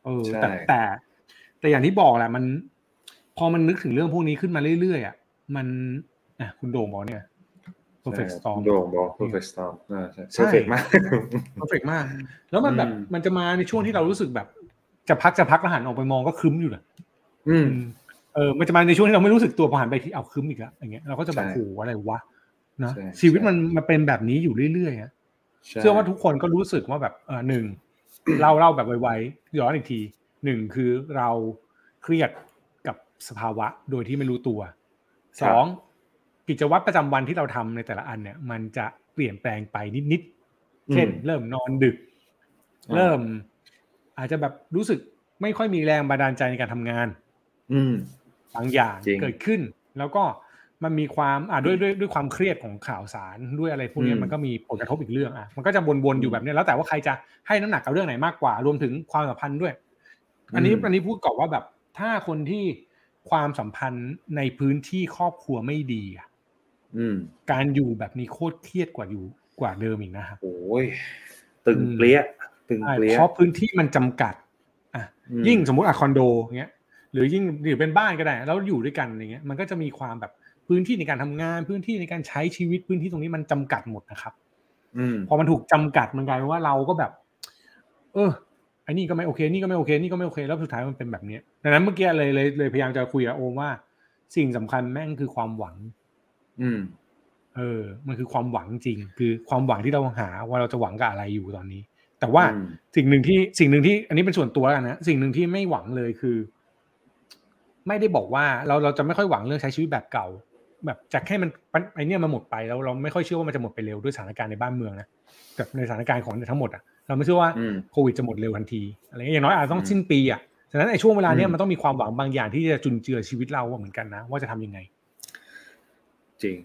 แต่อย่างที่บอกแหละมันพอมันนึกถึงเรื่องพวกนี้ขึ้นมาเรื่อยๆอ่ะมันคุณโด่งบอกเนี่ย perfect storm โด่งบอก perfect storm ใช่ perfect มาก perfect มากแล้วมันแบบมันจะมาในช่วงที่เรารู้สึกแบบจะพักแล้วหันออกไปมองก็คึ้มอยู่เลยมันจะมาในช่วงที่เราไม่รู้สึกตัวพอหันไปที่เอาคึ้มอีกแล้วอย่างเงี้ยเราก็จะแบบโหอะไรวะนะชีวิตมันเป็นแบบนี้อยู่เรื่อยๆอะเชื่อว่าทุกคนก็รู้สึกว่าแบบหนึ่งเล่าแบบไวๆย้อนอีกทีหนึ่งคือเราเครียดกับสภาวะโดยที่ไม่รู้ตัวสองกิจวัตรประจำวันที่เราทำในแต่ละอันเนี่ยมันจะเปลี่ยนแปลงไปนิดๆเช่นเริ่มนอนดึกเริ่มอาจจะแบบรู้สึกไม่ค่อยมีแรงบันดาลใจในการทำงานบางอย่างเกิดขึ้นแล้วก็มันมีความด้วยความเครียดของข่าวสารด้วยอะไรพวกนี้มันก็มีผลกระทบอีกเรื่องมันก็จะวนๆอยู่แบบนี้แล้วแต่ว่าใครจะให้น้ำหนักกับเรื่องไหนมากกว่ารวมถึงความสัมพันธ์ด้วยอันนี้พูดก่อนว่าแบบถ้าคนที่ความสัมพันธ์ในพื้นที่ครอบครัวไม่ดีการอยู่แบบนี้โคตรเครียดกว่าเดิมอีกนะครับโอ้ยตึงเปรี้ยเพราะพื้นที่มันจำกัดยิ่งสมมติคอนโดเงี้ยหรือยิ่งหรือเป็นบ้านก็ได้แล้วอยู่ด้วยกันอย่างเงี้ยมันก็จะมีความแบบพื้นที่ในการทำงานพื้นที่ในการใช้ชีวิตพื้นที่ตรงนี้มันจำกัดหมดนะครับพอมันถูกจำกัดมันกลายเป็นว่าเราก็แบบไอ้นี่ก็ไม่โอเคนี่ก็ไม่โอเคนี่ก็ไม่โอเคแล้วสุดท้ายมันเป็นแบบนี้ดังนั้นเมื่อกี้เลยพยายามจะคุยกับโอมว่าสิ่งสำคัญแม่งคือความหวังมันคือความหวังจริงคือความหวังที่เราหาว่าเราจะหวังกับอะไรอยู่ตอนนี้แต่ว่าสิ่งหนึ่งที่อันนี้เป็นส่วนตัวกันนะสิ่งหนึ่งที่ไม่หวังเลยคือไม่ได้บอกว่าเราจะไม่ค่อยหวังเรื่องใช้ชีวิตแบบเก่าแบบจากแค่มันไอเนี่ยมันหมดไปแล้วเราไม่ค่อยเชื่อว่ามันจะหมดไปเร็วด้วยสถานการณ์ในบ้านเมืองนะแบบในสถานการณ์ของทั้งหมดเราไม่เชื่อว่าโควิดจะหมดเร็วทันทีอะไรอย่างน้อยอาจต้องสิ้นปีฉะนั้นไอช่วงเวลาเนี้ยมันต้องมีความหวังบางอย่างที่จะจุนเจือชีวิตเราเหมือนกันนะว่าจะทำยังไงจริง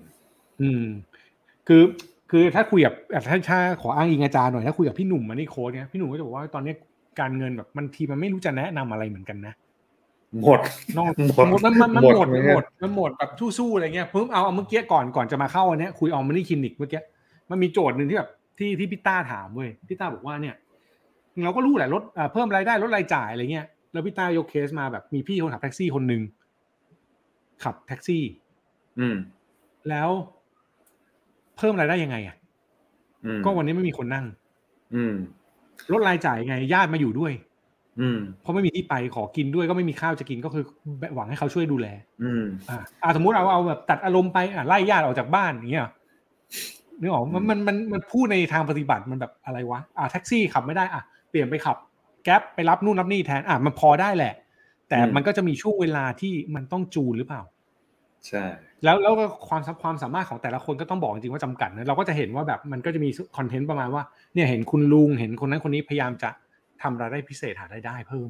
คือถ้าคุยกับถ้าขออ้างอิงอาจารย์หน่อยถ้าคุยกับพี่หนุ่มมันนี่โค้ชเนี่ยพี่หนุ่มก็จะบอกว่าตอนนี้การเงินแบบมันทีมันไม่รู้จะแนะนำอะไรเหมือนกันนะหมดมันหมดแบบสู้ๆอะไรเงี้ยเพิ่งเอาเมื่อกี้ก่อนจะมาเข้าอันเนี้ยคุยออมมันนี่คลินิกเมื่อกี้มันมีโจทย์นึงที่แบบที่พี่ต้าถามเว้ยพี่ต้าบอกว่าเนี่ยเราก็รู้แหละลดเพิ่มรายได้ลดรายจ่ายอะไรเงี้ยแล้วพี่ต้ายกเคสมาแบบมีพี่คนขับแท็กซี่คนนึงขับแท็กซี่แล้วเพิ่มรายได้ยังไงก็วันนี้ไม่มีคนนั่งลดรายจ่ายไงญาติมาอยู่ด้วยเพราะไม่มีที่ไปขอกินด้วยก็ไม่มีข้าวจะกินก็คือหวังให้เขาช่วยดูแลสมมุติเอาแบบตัดอารมณ์ไปไล่ญาติออกจากบ้านอย่างเงี้ยนึกออกมันพูดในทางปฏิบัติมันแบบอะไรวะแท็กซี่ขับไม่ได้เปลี่ยนไปขับแก๊ปไปรับนู่นรับนี่แทนมันพอได้แหละแต่มันก็จะมีช่วงเวลาที่มันต้องจูนหรือเปล่าใช่แล้วก็ความสามารถของแต่ละคนก็ต้องบอกจริงๆว่าจำกัดนะเราก็จะเห็นว่าแบบมันก็จะมีคอนเทนต์ประมาณว่าเนี่ยเห็นคุณลุงเห็นคนนั้นคนนี้พยายามจะทำรายได้พิเศษหารายได้เพิ่ม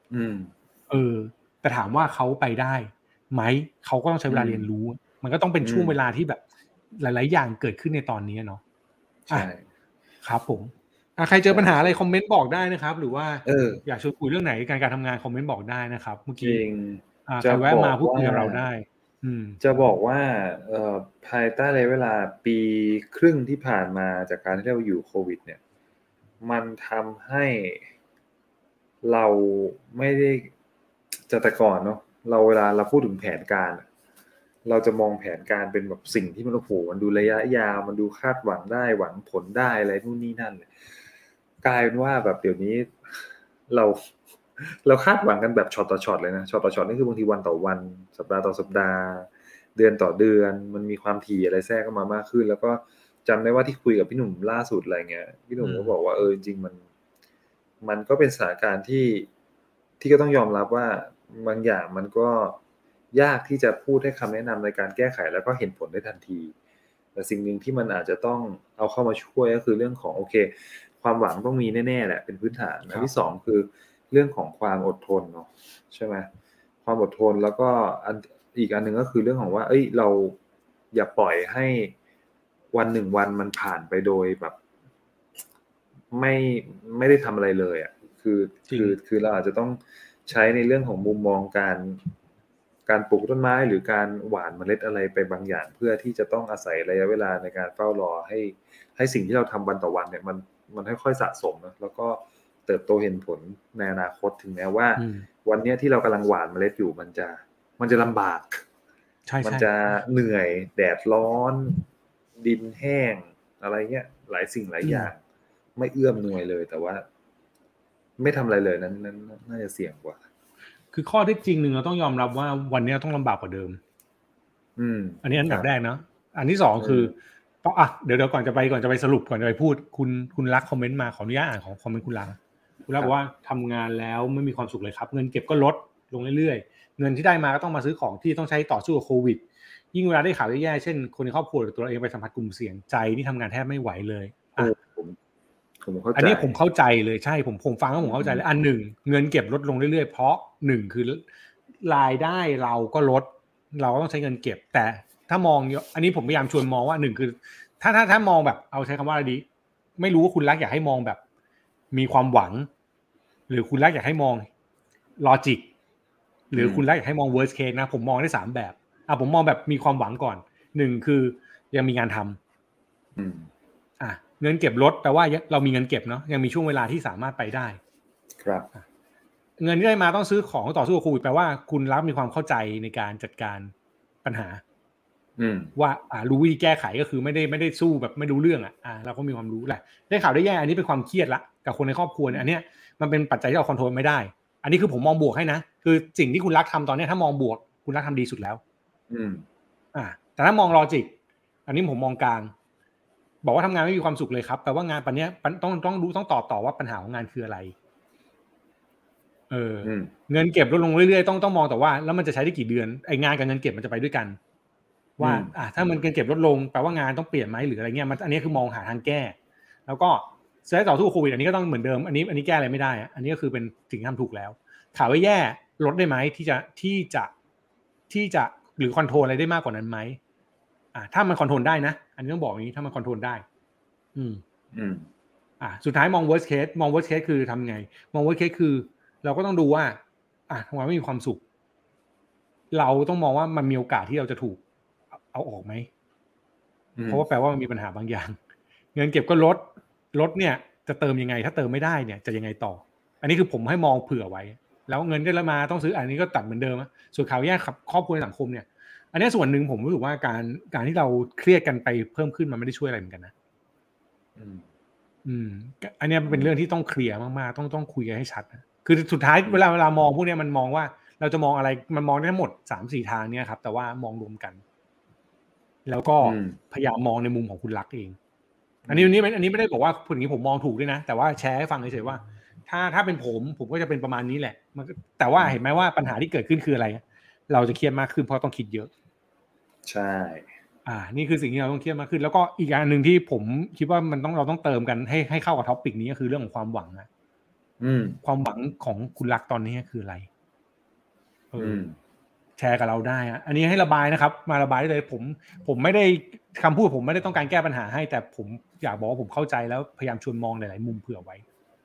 แต่ถามว่าเขาไปได้ไหมเขาก็ต้องใช้เวลาเรียนรู้มันก็ต้องเป็นช่วงเวลาที่แบบหลายๆอย่างเกิดขึ้นในตอนนี้เนาะใช่ครับผมใครเจอปัญหาอะไรคอมเมนต์บอกได้นะครับหรือว่าอยากชวนคุยเรื่องไหนการทำงานคอมเมนต์บอกได้นะครับเมื่อกี้ใครแวะมาพูดคุยกับเราได้จะบอกว่าภายใต้ระยะเวลาปีครึ่งที่ผ่านมาจากการที่เราอยู่โควิดเนี่ยมันทำให้เราไม่ได้จากแต่ก่อนเนาะเวลาเราพูดถึงแผนการเราจะมองแผนการเป็นแบบสิ่งที่มันโอ้โหมันดูระยะยาวมันดูคาดหวังได้หวังผลได้อะไรนู่นนี่นั่นเลยกลายเป็นว่าแบบเดี๋ยวนี้เราคาดหวังกันแบบช็อตต่อช็อตเลยนะช็อตต่อช็อตนี่คือบางทีวันต่อวันสัปดาห์ต่อสัปดาห์เดือนต่อเดือนมันมีความถี่อะไรแทรกเข้ามามากขึ้นแล้วก็จำได้ว่าที่คุยกับพี่หนุ่มล่าสุดอะไรเงี้ยพี่หนุ่มก็บอกว่าจริงๆมันก็เป็นสถานการณ์ที่ก็ต้องยอมรับว่าบางอย่างมันก็ยากที่จะพูดให้คำแนะนำในการแก้ไขแล้วก็เห็นผลได้ทันทีแต่สิ่งหนึ่งที่มันอาจจะต้องเอาเข้ามาช่วยก็คือเรื่องของโอเคความหวังต้องมีแน่ๆแหละเป็นพื้นฐานอันที่สองคือเรื่องของความอดทนเนาะใช่ไหมความอดทนแล้วก็อีกอันหนึ่งก็คือเรื่องของว่าเราอย่าปล่อยให้วันหนึ่งวันมันผ่านไปโดยแบบไม่ได้ทำอะไรเลยอ่ะคือเราอาจจะต้องใช้ในเรื่องของมุมมองการปลูกต้นไม้หรือการหว่านเมล็ดอะไรไปบางอย่างเพื่อที่จะต้องอาศัยระยะเวลาในการเฝ้ารอให้สิ่งที่เราทำวันต่อวันเนี่ยมันค่อยๆสะสมนะแล้วก็เติบโตเห็นผลในอนาคตถึงแม้ว่าวันนี้ที่เรากำลังหว่านเมล็ดอยู่มันจะลำบากมันจะเหนื่อยแดดร้อนดินแห้งอะไรเงี้ยหลายสิ่งหลายอย่างไม่เอื้อมหน่วยเลยแต่ว่าไม่ทำอะไรเลยนั้นน่าจะเสี่ยงกว่าคือข้อที่จริงหนึ่งเราต้องยอมรับว่าวันนี้ต้องลำบากกว่าเดิมอันนี้อันดับแรกเนาะอันที่สองคือต้องเดี๋ยวก่อนจะไปสรุปก่อนจะไปพูดคุณรักคอมเมนต์มาขออนุญาตอ่านของคอมเมนต์คุณรักบอกว่าทำงานแล้วไม่มีความสุขเลยครับเงินเก็บก็ลดลงเรื่อยๆเงินที่ได้มาก็ต้องมาซื้อของที่ต้องใช้ต่อสู้กับโควิดยิ่งเวลาได้ข่าวแย่ๆเช่นคนในครอบครัวหรือตัวเองไปสัมผัสกลุ่มเสี่ยงใจนี่ทำงานแทบไม่ไหวเลยอันนี้ผมเข้าใจเลยใช่ผมฟังแล้วผมเข้าใจเลยอันหนึ่งเงินเก็บลดลงเรื่อยๆเพราะหนึ่งคือรายได้เราก็ลดเราก็ต้องใช้เงินเก็บแต่ถ้ามองอันนี้ผมพยายามชวนมองว่าหนึ่งคือถ้ามองแบบเอาใช้คำว่าอะไรดีไม่รู้ว่าคุณรักอยากให้มองแบบมีความหวังหรือคุณรักอยากให้มองลอจิกหรือคุณรักอยากให้มอง worst case นะผมมองได้3แบบผมมองแบบมีความหวังก่อนหนึ่งคือยังมีงานทำเงินเก็บลดแปลว่าเรามีเงินเก็บเนาะยังมีช่วงเวลาที่สามารถไปได้ครับเงินที่ได้มาต้องซื้อของต่อสู้กับโควิดแปลว่าคุณรับมีความเข้าใจในการจัดการปัญหาว่ารู้วิธีแก้ไขก็คือไม่ได้สู้แบบไม่รู้เรื่องเราก็มีความรู้แหละได้ข่าวได้แย่อันนี้เป็นความเครียดละกับคนในครอบครัวเนี่ยอันเนี้ยมันเป็นปัจจัยที่เราคอนโทรลไม่ได้อันนี้คือผมมองบวกให้นะคือสิ่งที่คุณรักทำตอนนี้ถ้ามองบวกคุณรักทำดีสุดแล้วแต่ถ้ามองลอจิกอันนี้ผมมองกลางบอกว่าทำงานไม่มีความสุขเลยครับแปลว่างานปันนี้ต้องรู้ต้องตอบต่อว่าปัญหาของงานคืออะไรเงินเก็บลดลงเรื่อยๆต้องมองแต่ว่าแล้วมันจะใช้ได้กี่เดือนไอ้งานกับเงินเก็บมันจะไปด้วยกันว่าถ้ามันเงินเก็บลดลงแปลว่างานต้องเปลี่ยนไหมหรืออะไรเงี้ยอันนี้คือมองหาทางแก้แล้วก็เซตต่อสู้โควิดอันนี้ก็ต้องเหมือนเดิมอันนี้แก้อะไรไม่ได้อันนี้ก็คือเป็นสิ่งที่ทำถูกแล้วข่าวว่าแย่ลดได้ไหมที่จะหรือคอนโทรลอะไรได้มากกว่านั้นไหมถ้ามันคอนโทรลได้นะอันนี้ต้องบอกอย่างนี้ถ้ามันคอนโทรลได้สุดท้ายมอง worst case คือทำไงมอง worst case คือเราก็ต้องดูว่าทำไมไม่มีความสุขเราต้องมองว่ามันมีโอกาสที่เราจะถูกเอาออกไหมเพราะว่าแปลว่ามันมีปัญหาบางอย่างเงินเก็บก็ลดเนี่ยจะเติมยังไงถ้าเติมไม่ได้เนี่ยจะยังไงต่ออันนี้คือผมให้มองเผื่อไว้แล้วเงินได้แล้วมาต้องซื้ออันนี้ก็ตัดเหมือนเดิมส่วนข่าวแย่ครอบครัวในสังคมเนี่ยอันนี้ส่วนหนึ่งผมรู้สึกว่าการที่เราเครียดกันไปเพิ่มขึ้นมันไม่ได้ช่วยอะไรเหมือนกันนะอันนี้เป็นเรื่องที่ต้องเคลียร์มากๆต้องคุยกันให้ชัดนะคือสุดท้ายเวลามองพวกนี้มันมองว่าเราจะมองอะไรมันมองได้ทั้งหมด 3-4 ทางเนี่ยครับแต่ว่ามองรวมกันแล้วก็พยายามมองในมุมของคุณรักเองอันนี้ไม่ได้บอกว่าผลนี้ผมมองถูกด้วยนะแต่ว่าแชร์ให้ฟังเฉยๆว่าถ้าเป็นผมก็จะเป็นประมาณนี้แหละแต่ว่าเห็นไหมว่าปัญหาที่เกิดขึ้นคืออะไรเราจะเครียดมากขึ้นเพราะต้องคิดเยอะใช่นี่คือสิ่งที่เราต้องเครียดมากขึ้นแล้วก็อีกอันนึงที่ผมคิดว่าเราต้องเติมกันให้เข้ากับท็อปิกนี้ก็คือเรื่องของความหวังนะความหวังของคุณรักตอนนี้คืออะไรแชร์กับเราได้อันนี้ให้ระบายนะครับมาระบายได้เลยผมไม่ได้คำพูดผมไม่ได้ต้องการแก้ปัญหาให้แต่ผมอยากบอกว่าผมเข้าใจแล้วพยายามชวนมองหลายๆมุมเผื่อไว้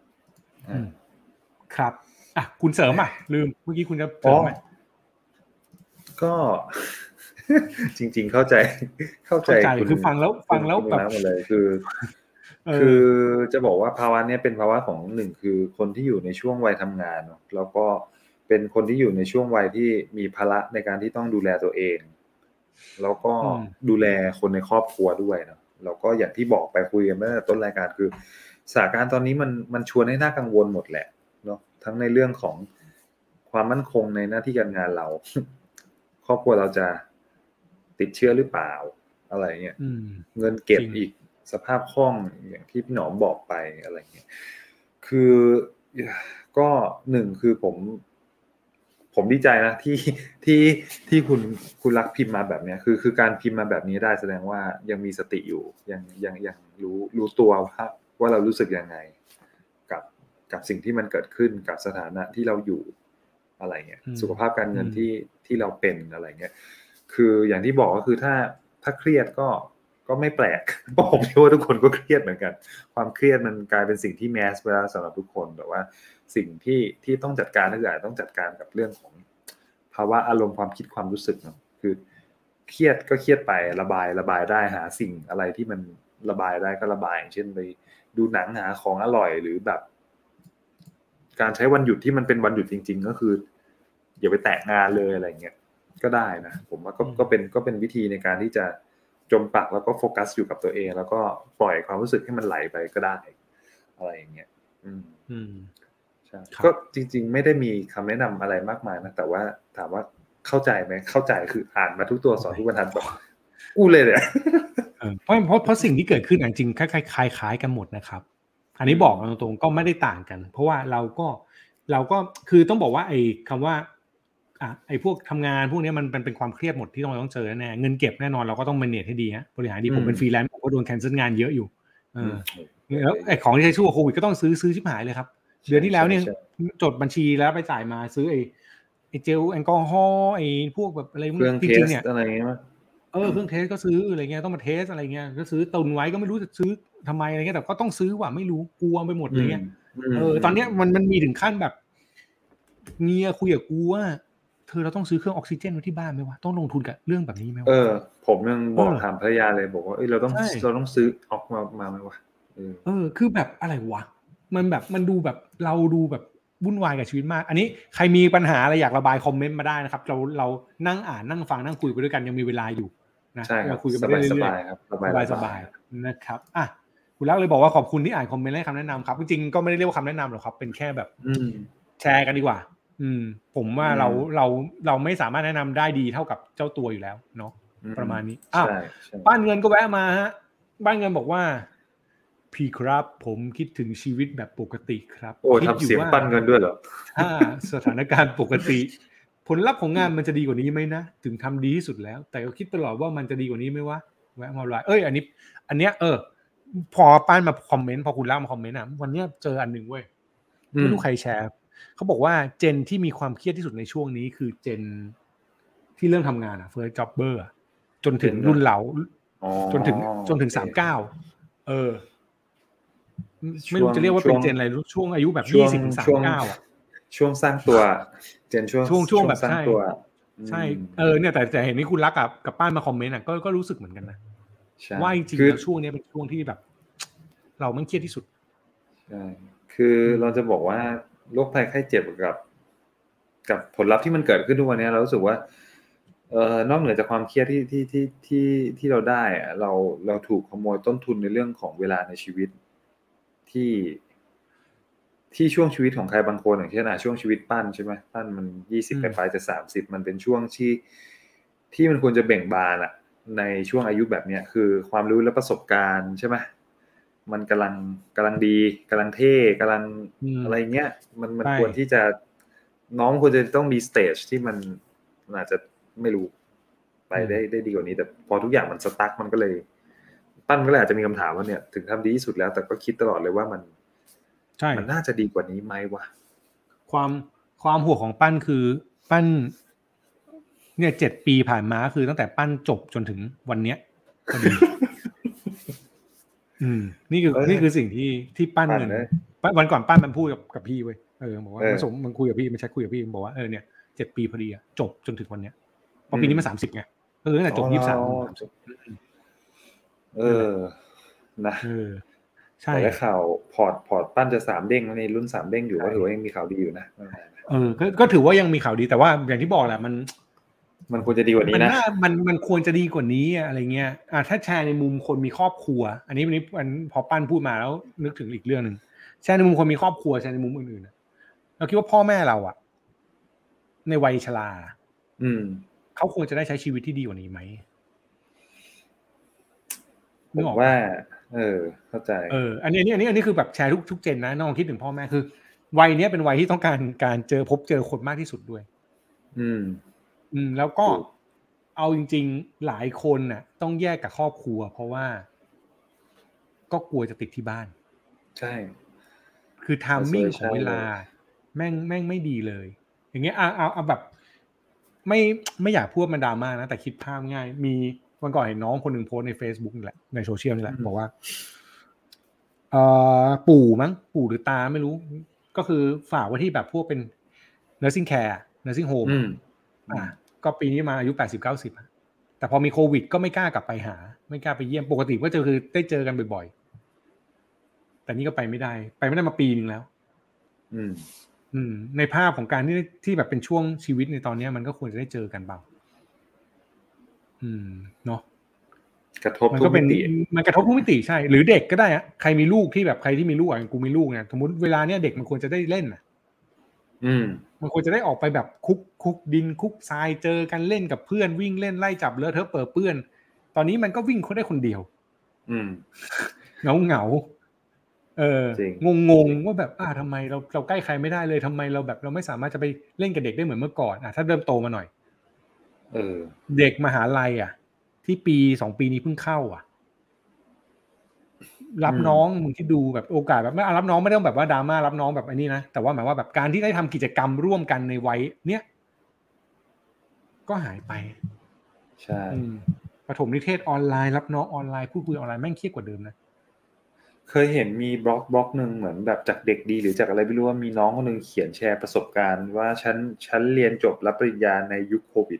ครับคุณเสริมลืมเมื่อกี้คุณจะเสริมไหมก็จริงๆเข้าใจคือฟังแล้วแบบหมดเลยคือจะบอกว่าภาวะนี้เป็นภาวะของหนึ่งคือคนที่อยู่ในช่วงวัยทำงานเนาะแล้วก็เป็นคนที่อยู่ในช่วงวัยที่มีภาระในการที่ต้องดูแลตัวเองแล้วก็ดูแลคนในครอบครัวด้วยเนาะแล้วก็อย่างที่บอกไปคุยกันเมื่อต้นรายการคือสถานการณ์ตอนนี้มันชวนให้น่ากังวลหมดแหละเนาะทั้งในเรื่องของความมั่นคงในหน้าที่การงานเราครอบครัวเราจะติดเชื้อหรือเปล่าอะไรเงี้ยเงินเก็บอีกสภาพคล่องอย่างที่พี่หนอมบอกไปอะไรเงี้ยคือก็หนึ่งคือผมดีใจนะที่คุณรักพิมพ์มาแบบนี้คือการพิมพ์มาแบบนี้ได้แสดงว่ายังมีสติอยู่ยังรู้ตัวว่าเรารู้สึกยังไงกับสิ่งที่มันเกิดขึ้นกับสถานะที่เราอยู่อะไรเงี้ยสุขภาพการเงินที่เราเป็นอะไรเงี้ยคืออย่างที่บอกก็คือถ้าเครียดก็ไม่แปลกเพราะผมเชื่อว่าทุกคนก็เครียดเหมือนกันความเครียดมันกลายเป็นสิ่งที่แมสไปแล้วสำหรับทุกคนแต่ว่าสิ่งที่ต้องจัดการก็คือต้องจัดการกับเรื่องของภาวะอารมณ์ความคิดความรู้สึกเนาะคือเครียดก็เครียดไประบายได้หาสิ่งอะไรที่มันระบายได้ก็ระบายอย่างเช่นไปดูหนังหาของอร่อยหรือแบบการใช้วันหยุดที่มันเป็นวันหยุดจริงๆก็คืออย่าไปแตะงานเลยอะไรเงี้ยก็ได้นะผมว่าก็เป็นวิธีในการที่จะจมปักแล้วก็โฟกัสอยู่กับตัวเองแล้วก็ปล่อยความรู้สึกให้มันไหลไปก็ได้อะไรอย่างเงี้ยใช่ก็จริงๆไม่ได้มีคำแนะนำอะไรมากมายนะแต่ว่าถามว่าเข้าใจไหมเข้าใจคืออ่านมาทุกตัวสอนทุกบรรทัดแบบอู้เลยเนี่ยเพราะสิ่งที่เกิดขึ้นจริงๆคล้ายกันหมดนะครับอันนี้บอกตรงๆก็ไม่ได้ต่างกันเพราะว่าเราก็คือต้องบอกว่าไอ้คำว่าไอ้พวกทำงานพวกนี้มันเป็นความเครียดหมดที่ต้องเจอแน่เงินเก็บแน่นอนเราก็ต้อง manage ให้ดีฮะบริหารดีผมเป็นฟรีแลนซ์ผมก็โดน cancel งานเยอะอยู่แล้วไอ้ของที่ใช้ช่วงโควิดก็ต้องซื้อชิบหายเลยครับเดือนที่แล้วเนี่ยจดบัญชีแล้วไปจ่ายมาซื้อไอ้เจลแอลกอฮอล์ไอ้พวกแบบอะไรพวกนี้จริงๆเนี่ยอะไรเงี้ยเครื่องเทสก็ซื้ออะไรเงี้ยต้องมาเทสอะไรเงี้ยก็ซื้อตุนไว้ก็ไม่รู้จะซื้อทำไมอะไรเงี้ยแต่ก็ต้องซื้อว่ะไม่รู้กลัวไปหมดเลยเงี้ยตอนเนี้ยมันมีถึงขั้นแบบเมียคุยกับกูว่าเธอเราต้องซื้อเครื่องออกซิเจนไว้ที่บ้านไหมวะต้องลงทุนกับเรื่องแบบนี้ไหมวะผมยังบอกถามภรรยาเลยบอกว่าเราต้องซื้อออกมาไหมวะคือแบบอะไรวะมันดูแบบเราดูแบบวุ่นวายกับชีวิตมากอันนี้ใครมีปัญหาอะไรอยากระบายคอมเมนต์มาได้นะครับเรานั่งอ่านนั่งฟังนั่งคุยไปด้วยกันยังมีเวลาอยู่นะเราคุยกันไปเรื่อยๆสบายครับสบายนะครับคุณรักเลยบอกว่าขอบคุณที่อ่านคอมเมนต์ให้คำแนะนำครับจริงๆก็ไม่ได้เรียกว่าคำแนะนำหรอกครับเป็นแค่แบบแชร์กันดีกว่าผมว่าเราไม่สามารถแนะนำได้ดีเท่ากับเจ้าตัวอยู่แล้วเนาะประมาณนี้บ้านเงินก็แวะมาฮะบ้านเงินบอกว่าพี่ครับผมคิดถึงชีวิตแบบปกติครับทำเสียงปั้นเงินด้วยเหรอถ้าสถานการณ์ปกติผลลัพธ์ของงานมันจะดีกว่านี้ไหมนะถึงทำดีที่สุดแล้วแต่ก็คิดตลอดว่ามันจะดีกว่านี้ไหมวะแวะมาไลน์อันเนี้ยพอป้านมาคอมเมนต์พอคุณเล่ามาคอมเมนต์วันนี้เจออันนึงเว้ยไม่รู้ใครแชร์เขาบอกว่าเจนที่มีความเครียดที่สุดในช่วงนี้คือเจนที่เริ่มทำงานfirst jobber จนถึงรุ่นเราจนถึง39ไม่รู้จะเรียกว่าเป็นเจนอะไรช่วงอายุแบบ20ถึง39 ช่วงสร้างตัวเจนช่วงแบบสร้างตัวใช่เนี่ยแต่เห็นนี่คุณรักกับป้านมาคอมเมนต์ก็รู้สึกเหมือนกันนะว่าจริงๆแล้วช่วงนี้เป็นช่วงที่แบบเรามันเครียดที่สุดใช่คือเราจะบอกว่าโรคภัยไข้เจ็บกับผลลัพธ์ที่มันเกิดขึ้นทุกวันนี้เรารู้สึกว่านอกเหนือจากความเครียดที่เราได้เราถูกขโมยต้นทุนในเรื่องของเวลาในชีวิตที่ช่วงชีวิตของใครบางคนอย่างเช่นช่วงชีวิตปั้นใช่ไหมปั้นมัน20ปลายจะ30มันเป็นช่วงที่มันควรจะเบ่งบานในช่วงอายุแบบเนี้ยคือความรู้และประสบการณ์ใช่ไหมมันกำลังดีกำลังเท่กำลังอะไรเงี้ยมันควรที่จะน้องควรจะต้องมีสเตจที่มันอาจจะไม่รู้ไปได้ดีกว่านี้แต่พอทุกอย่างมันสตั๊กมันก็เลยปั้นก็เลยอาจจะมีคำถามว่าเนี่ยถึงทำดีที่สุดแล้วแต่ก็คิดตลอดเลยว่ามันน่าจะดีกว่านี้ไหมวะความห่วงของปั้นคือปั้นเนี่ย7 ปีผ่านมาคือตั้งแต่ปั้นจบจนถึงวันเนี้ยพอดี นี่คือสิ่งที่ปั้นเงินวันก่อนปั้นมันพูดกับพี่เว้ยบอกว่ามันคุยกับพี่มันแชทคุยกับพี่มันบอกว่าเนี่ย7 ปีพอดีอะจบจนถึงวันเนี้ยพอปีนี้มัน30ไงก็คือตั้งแต่จบ23 นะใช่แต่ข่าวพอร์ตปั้นจะ3เด้งในรุ่น3เด้งอยู่ก็ถือว่ายังมีข่าวดีอยู่นะก็ถือว่ายังมีข่าวดีแต่ว่าอย่างที่บอกแหละมันควรจะดีกว่านี้นะมันควรจะดีกว่านี้อะไรเงี้ยถ้าแชร์ในมุมคนมีครอบครัวอันนี้พอปั้นพูดมาแล้วนึกถึงอีกเรื่องนึงแชร์ในมุมคนมีครอบครัวแชร์ในมุมอื่นๆเราคิดว่าพ่อแม่เราอะในวัยชราเขาควรจะได้ใช้ชีวิตที่ดีกว่านี้ไหมผมว่าเข้าใจอันนี้คือแบบแชร์ทุกเจนนะน้องคิดถึงพ่อแม่คือวัยนี้เป็นวัยที่ต้องการเจอคนมากที่สุดด้วยแล้วก็เอาจริงๆหลายคนน่ะต้องแยกกับครอบครัวเพราะว่าก็กลัวจะติดที่บ้านใช่คือไทมิ่งของเวลาแม่งไม่ดีเลยอย่างเงี้ยเอาแบบไม่อยากพูดมันดราม่านะแต่คิดภาพง่ายมีวันก่อนเห็นน้องคนนึงโพสใน Facebook นี่แหละในโซเชียลนี่แหละบอกว่าปู่หรือตาไม่รู้ก็คือฝากไว้ที่แบบพวกเป็น nursing care nursing home ก็ปีนี้มาอายุ80-90แต่พอมีโควิดก็ไม่กล้ากลับไปหาไม่กล้าไปเยี่ยมปกติก็คือได้เจอกันบ่อยๆแต่นี่ก็ไปไม่ได้มาปีนึงแล้วในภาพของการที่แบบเป็นช่วงชีวิตในตอนนี้มันก็ควรจะได้เจอกันบ้างเนาะกระทบทุกมิติมันกระทบทุกมิติใช่หรือเด็กก็ได้อะใครมีลูกที่แบบใครที่มีลูกกูมีลูกเนี่ยสมมติเวลาเนี้ยเด็กมันควรจะได้เล่นมันควรจะได้ออกไปแบบคุกดินคุกทรายเจอกันเล่นกับเพื่อนวิ่งเล่นไล่จับเลอะเทอะเปื้อนเปื้อนตอนนี้มันก็วิ่งได้คนเดียวเหงางงว่าแบบทำไมเราใกล้ใครไม่ได้เลยทำไมเราแบบเราไม่สามารถจะไปเล่นกับเด็กได้เหมือนเมื่อก่อนถ้าเริ่มโตมาหน่อยเด็กมหาลัยที่ปี2 ปีนี้เพิ่งเข้ารับน้องมึงที่ดูแบบโอกาสแบบไม่รับน้องไม่ต้องแบบว่าดราม่ารับน้องแบบอันนี้นะแต่ว่าหมายว่าแบบการที่ได้ทำกิจกรรมร่วมกันในวัยเนี้ยก็หายไปใช่ประถมนิเทศออนไลน์รับน้องออนไลน์พูดคุยออนไลน์แม่งเครียดกว่าเดิมนะเคยเห็นมีบล็อกนึงเหมือนแบบจากเด็กดีหรือจากอะไรไม่รู้ว่ามีน้องคนนึงเขียนแชร์ประสบการณ์ว่าฉันเรียนจบรับปริญญาในยุคโควิด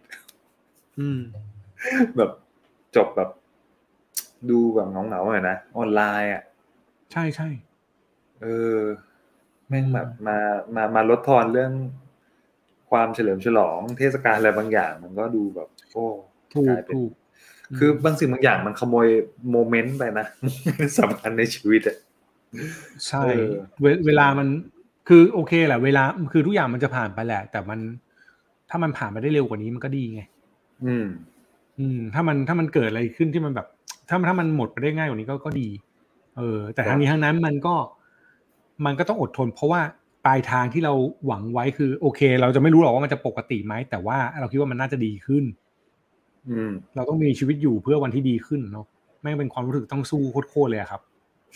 แบบจบแบบดูแบบเหงาๆหน่อยนะออนไลน์ใช่แม่งแบบมาลดทอนเรื่องความเฉลิมฉลองเทศกาลอะไรบางอย่างมันก็ดูแบบโอ้กลายเป็นคือบางสิ่งบางอย่างมันขโมยโมเมนต์ไปนะสำคัญในชีวิตใช่เวลามันคือโอเคแหละเวลาคือทุกอย่างมันจะผ่านไปแหละแต่มันถ้ามันผ่านไปได้เร็วกว่านี้มันก็ดีไงถ้ามันเกิดอะไรขึ้นที่มันแบบถ้ามันหมดไปได้ง่ายกว่านี้ก็ดีแต่ทั้งนี้ทั้งนั้นมันก็ต้องอดทนเพราะว่าปลายทางที่เราหวังไว้คือโอเคเราจะไม่รู้หรอกว่ามันจะปกติไหมแต่ว่าเราคิดว่ามันน่าจะดีขึ้นเราต้องมีชีวิตอยู่เพื่อวันที่ดีขึ้นเนาะไม่เป็นความรู้สึกต้องสู้โคตรเลยครับ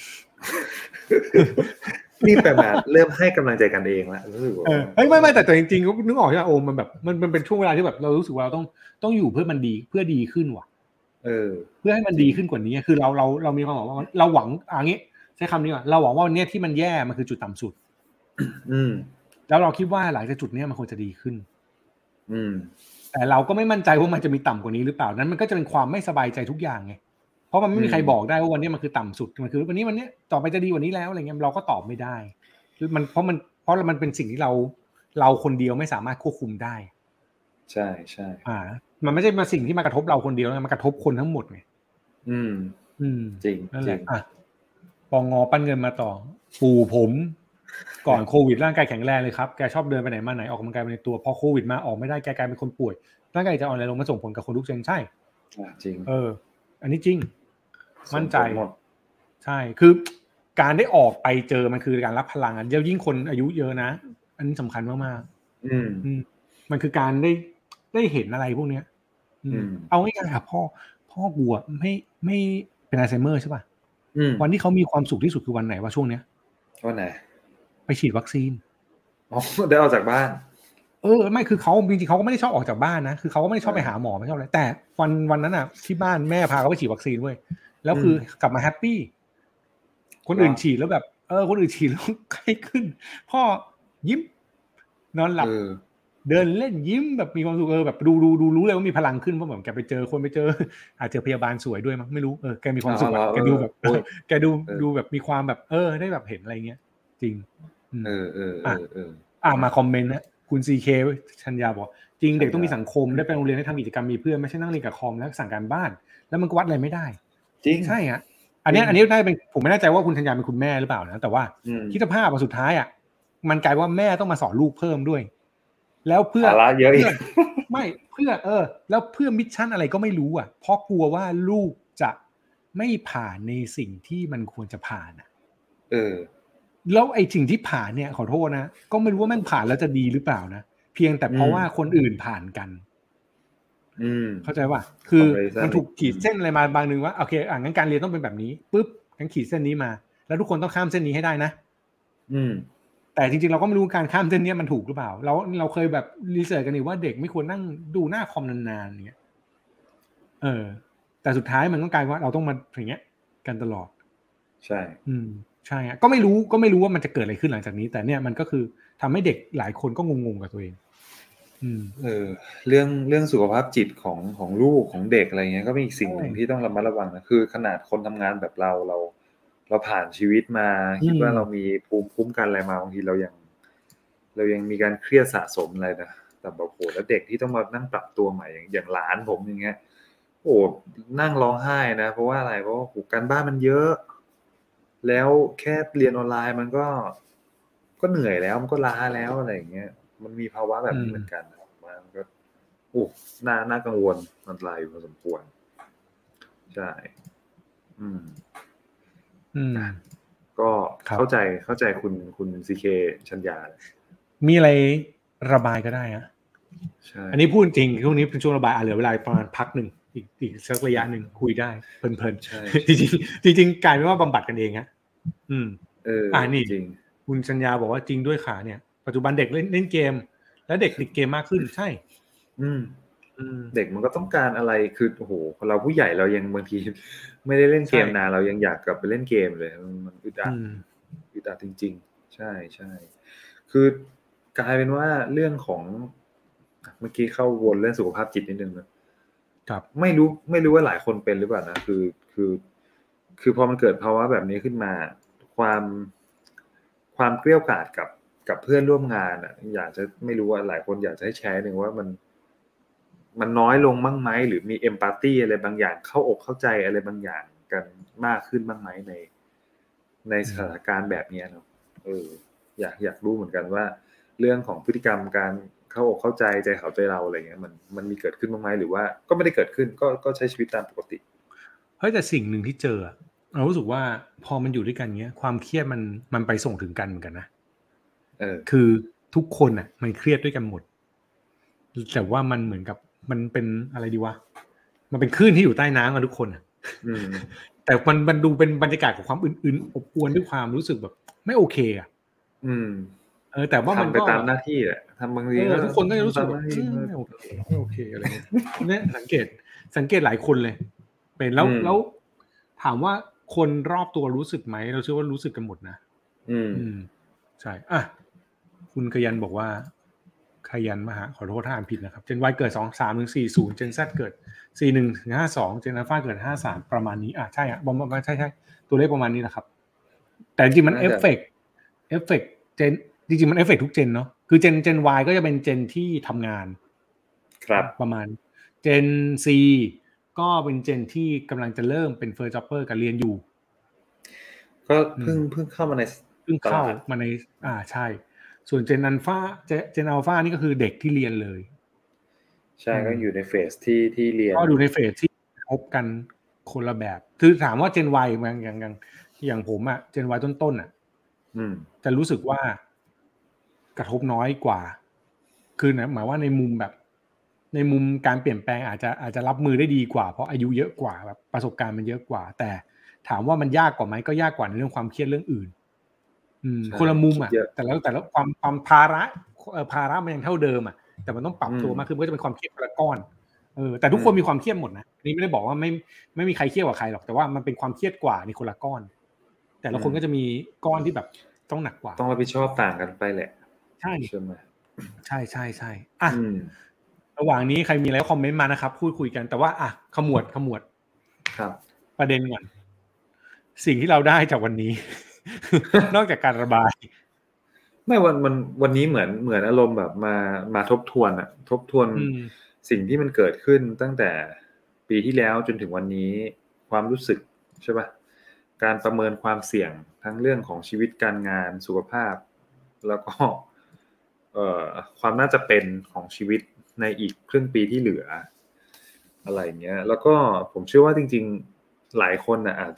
นี่ไปมาเริ่มให้กำลังใจกันเองแล้วรู้สึกว่าไม่แต่จริงๆนึกออกใช่ไหมโอมมันแบบมันเป็นช่วงเวลาที่แบบเรารู้สึกว่าเราต้องอยู่เพื่อมันดีเพื่อดีขึ้นว่ะเพื่อให้มันดีขึ้นกว่านี้คือเรามีความหวังว่าเราหวังอย่างนี้ใช้คำนี้ว่าเราหวังว่าวันนี้ที่มันแย่มันคือจุดต่ำสุดแล้วเราคิดว่าหลังจากจุดนี้มันควรจะดีขึ้นแต่เราก็ไม่มั่นใจว่ามันจะมีต่ำกว่านี้หรือเปล่านั้นมันก็จะเป็นความไม่สบายใจทุกอย่างไงเพราะมันไม่มีใครบอกได้ว่าวันนี้มันคือต่ำสุดมันคือวันนี้ต่อไปจะดีกว่านี้แล้วอะไรเงี้ยเราก็ตอบไม่ได้เพราะมันเป็นสิ่งที่เราคนเดียวไม่สามารถควบคุมได้ใช่ใช่มันไม่ใช่มาสิ่งที่มากระทบเราคนเดียวมันกระทบคนทั้งหมดไงจริงนั่นแหละปองปั้นเงินมาต่อปู่ผมก่อนโควิดร่างกายแข็งแรงเลยครับแกชอบเดินไปไหนมาไหนออกกำลังกายไปในตัวพอโควิดมาออกไม่ได้แกกลายเป็นคนป่วยร่างกายจะอ่อนแรงลงมาส่งผลกับคนทุกเซนใช่จริงอันนี้จริงมั่นใจใช่คือการได้ออกไปเจอมันคือการรับพลังเยอะยิ่งคนอายุเยอะนะอันนี้สำคัญมากๆมันคือการได้เห็นอะไรพวกนี้เอาง่ายๆครับพ่อกูอ่ะไม่เป็นอัลไซเมอร์ใช่ป่ะวันที่เขามีความสุขที่สุดคือวันไหนวะช่วงเนี้ยวันไหนไปฉีดวัคซีนได้ออกจากบ้านไม่คือเขาจริงๆเขาก็ไม่ได้ชอบออกจากบ้านนะคือเขาก็ไม่ได้ชอบไปหาหมอไม่ชอบอะไรแต่วันนั้นอ่ะที่บ้านแม่พาเขาไปฉีดวัคซีนเว้ยแล้วคือกลับมาแฮปปี้คนอื่นฉีดแล้วแบบคนอื่นฉีดแล้วไข้ขึ้นพ่อยิ้มนอนหลับเดินเล่นยิ้มแบบมีความสุขแบบดูรู้เลยว่ามีพลังขึ้นเพราะเหมือนแกไปเจอคนไปเจออาจจะพยาบาลสวยด้วยมั้งไม่รู้แกมีความสุขแกดูแบบแกดูแบบมีความแบบได้แบบเห็นอะไรเงี้ยจริงมาคอมเมนต์นะคุณซีเคชัญญาบอกจริงเด็กต้องมีสังคมได้ไปโรงเรียนได้ทำกิจกรรมมีเพื่อนไม่ใช่นั่งเรียนกับคอมแล้วสั่งการบ้านแล้วมันก็วัดอะไรไม่ได้จริงใช่ฮะอันนี้ได้เป็นผมไม่แน่ใจว่าคุณชัญญาเป็นคุณแม่หรือเปล่านะแต่ว่าคิดภาพสุดท้ายอ่ะมันกลายว่าแม่ต้องมาสอนลูกเพิ่มด้วยแล้วเพื่อเยอะอีกไม่เพื่อแล้วเพื่อมิชชั่นอะไรก็ไม่รู้อ่ะเพราะกลัวว่าลูกจะไม่ผ่านในสิ่งที่มันควรจะผ่านอ่ะแล้วไอ้สิ่งที่ผ่านเนี่ยขอโทษนะก็ไม่รู้ว่าแม่งผ่านแล้วจะดีหรือเปล่านะเพียงแต่เพราะว่าคนอื่นผ่านกันเข้าใจป่ะคือมันถูกขีดเส้นอะไรมาบางนึงว่าโอเคงั้นการเรียนต้องเป็นแบบนี้ปุ๊บงั้นขีดเส้นนี้มาแล้วทุกคนต้องข้ามเส้นนี้ให้ได้นะแต่จริงๆเราก็ไม่รู้การข้ามเส้นนี้มันถูกหรือเปล่าเราเคยแบบรีเสิร์ชกันนี่ว่าเด็กไม่ควรนั่งดูหน้าคอมนานๆเนี่ยแต่สุดท้ายมันก็กลายว่าเราต้องมาอย่างเงี้ยกันตลอดใช่ใช่ฮะก็ไม่รู้ว่ามันจะเกิดอะไรขึ้นหลังจากนี้แต่เนี่ยมันก็คือทำให้เด็กหลายคนก็งงๆกับตัวเองเรื่องสุขภาพจิตของลูกของเด็กอะไรเงี้ยก็เป็นอีกสิ่งหนึ่งที่ต้องระมัดระวังนะคือขนาดคนทำงานแบบเราผ่านชีวิตมาคิดว่าเรามีภูมิคุ้มกันอะไรมาบางทีเรายังมีการเครียดสะสมอะไรนะแต่แบบโหแล้วเด็กที่ต้องมานั่งปรับตัวใหม่อย่างหลานผมอย่างเงี้ยโอ้นั่งร้องไห้นะเพราะว่าอะไรเพราะว่าการบ้านมันเยอะแล้วแค่เรียนออนไลน์มันก็เหนื่อยแล้วมันก็ล้าแล้วอะไรอย่างเงี้ยมันมีภาวะแบบนี้เหมือนกันมันก็น่ากังวลอันตรายอยู่พอสมควรใช่ก็เข้าใจคุณซีเคชัญญามีอะไรระบายก็ได้ฮะใช่อันนี้พูดจริงช่วงนี้เป็นช่วงระบายเหลือเวลาประมาณพักหนึ่งอีกสักระยะหนึ่งคุยได้เพลินๆใช่จริงกลายเป็นว่าบำบัดกันเองฮะนี่จริงคุณชัญญาบอกว่าจริงด้วยขาเนี่ยปัจจุบันเด็กเล่นเกมแล้วเด็กติดเกมมากขึ้นใช่เด็กมันก็ต้องการอะไรคือโอ้โหเราผู้ใหญ่เรายังบางทีไม่ได้เล่นเกมนานเรายังอยากกลับไปเล่นเกมเลยมันอึดอัดจริงๆใช่คือกลายเป็นว่าเรื่องของเมื่อกี้เข้าวนเรื่องสุขภาพจิตนิดนึงนะครับไม่รู้ว่าหลายคนเป็นหรือเปล่านะคือพอมันเกิดภาวะแบบนี้ขึ้นมาความเกลี้ยกล่อมกับเพื่อนร่วมงานอ่ะอยากจะไม่รู้ว่าหลายคนอยากจะให้แชร์หนึ่งว่ามันน้อยลงบ้างไหมหรือมีเอมพาธีอะไรบางอย่างเข้าอกเข้าใจอะไรบางอย่างกันมากขึ้นบ้างไหมในสถานการณ์แบบนี้เนาะอยากรู้เหมือนกันว่าเรื่องของพฤติกรรมการเข้าอกเข้าใจใจเขาใจเราอะไรเงี้ยมันมีเกิดขึ้นบ้างไหมหรือว่าก็ไม่ได้เกิดขึ้นก็ใช้ชีวิตตามปกติเฮ้ยแต่สิ่งหนึ่งที่เจอเรารู้สึกว่าพอมันอยู่ด้วยกันเงี้ยความเครียดมันไปส่งถึงกันเหมือนกันนะคือทุกคนอ่ะมันเครียดด้วยกันหมดแต่ว่ามันเหมือนกับมันเป็นอะไรดีวะมันเป็นคลื่นที่อยู่ใต้น้ำกันทุกคนแต่มันดูเป็นบรรยากาศของความอื่นๆอบอวลด้วยความรู้สึกแบบไม่โอเคอ่ะแต่ว่ามันก็ทำไปตามหน้าที่แหละทำบางทีทุกคนก็จะรู้สึกแบบไม่โอเคอะไรเงี้ยเนี่ยสังเกตหลายคนเลยเป็นแล้วถามว่าคนรอบตัวรู้สึกไหมเราเชื่อว่ารู้สึกกันหมดนะใช่คุณขยันบอกว่าขยันมาหาขอโทษถ้าอ่านผิดนะครับ Gen Y เกิด23ถึง40 Gen Z เกิด41ถึง52 Gen Alpha เกิด53ประมาณนี้ใช่บอมใช่ตัวเลขประมาณนี้นะครับแต่จริงมันเอฟเฟกต์เจนจริงๆมันเอฟเฟกต์ทุกเจนเนาะคือเจน Y ก็จะเป็นเจนที่ทำงานครับประมาณเจน C ก็เป็นเจนที่กำลังจะเริ่มเป็น First Jobber กับเรียนอยู่ก็เพิ่งเข้ามาในใช่ส่วนเจนอัลฟานี่ก็คือเด็กที่เรียนเลยใช่ก็อยู่ในเฟสที่เรียนก็อยู่ในเฟสที่พบกันคนละแบบคือถามว่าเจน Y อย่างผมอะเจน Y ต้นๆอะจะรู้สึกว่ากระทบน้อยกว่าคือหมายว่าในมุมแบบในมุมการเปลี่ยนแปลงอาจจะรับมือได้ดีกว่าเพราะอายุเยอะกว่าแบบประสบการณ์มันเยอะกว่าแต่ถามว่ามันยากกว่าไหมก็ยากกว่าในเรื่องความเครียดเรื่องอื่นคนละมุมอ่ะแต่แล้วความภาระมันยังเท่าเดิมอ่ะแต่มันต้องปรับตัวมากขึ้นก็จะเป็นความเครียดคนละก้อนแต่ทุกคนมีความเครียดหมดนะนี่ไม่ได้บอกว่าไม่มีใครเครียดกว่าใครหรอกแต่ว่ามันเป็นความเครียดกว่าในคนละก้อนแต่ละคนก็จะมีก้อนที่แบบต้องหนักกว่าต้องรับผิดชอบต่างกันไปแหละใช่ไหมใช่อ่ะระหว่างนี้ใครมีอะไรก็คอมเมนต์มานะครับพูดคุยกันแต่ว่าอ่ะขมวดครับประเด็นก่อนสิ่งที่เราได้จากวันนี้ นอกจากการระบายไม่วันนี้เหมือนอารมณ์แบบมาทบทวนสิ่งที่มันเกิดขึ้นตั้งแต่ปีที่แล้วจนถึงวันนี้ความรู้สึกใช่ป่ะการประเมินความเสี่ยงทั้งเรื่องของชีวิตการงานสุขภาพแล้วก็ความน่าจะเป็นของชีวิตในอีกครึ่งปีที่เหลืออะไรเงี้ยแล้วก็ผมเชื่อว่าจริงๆหลายคนน่ะอาจ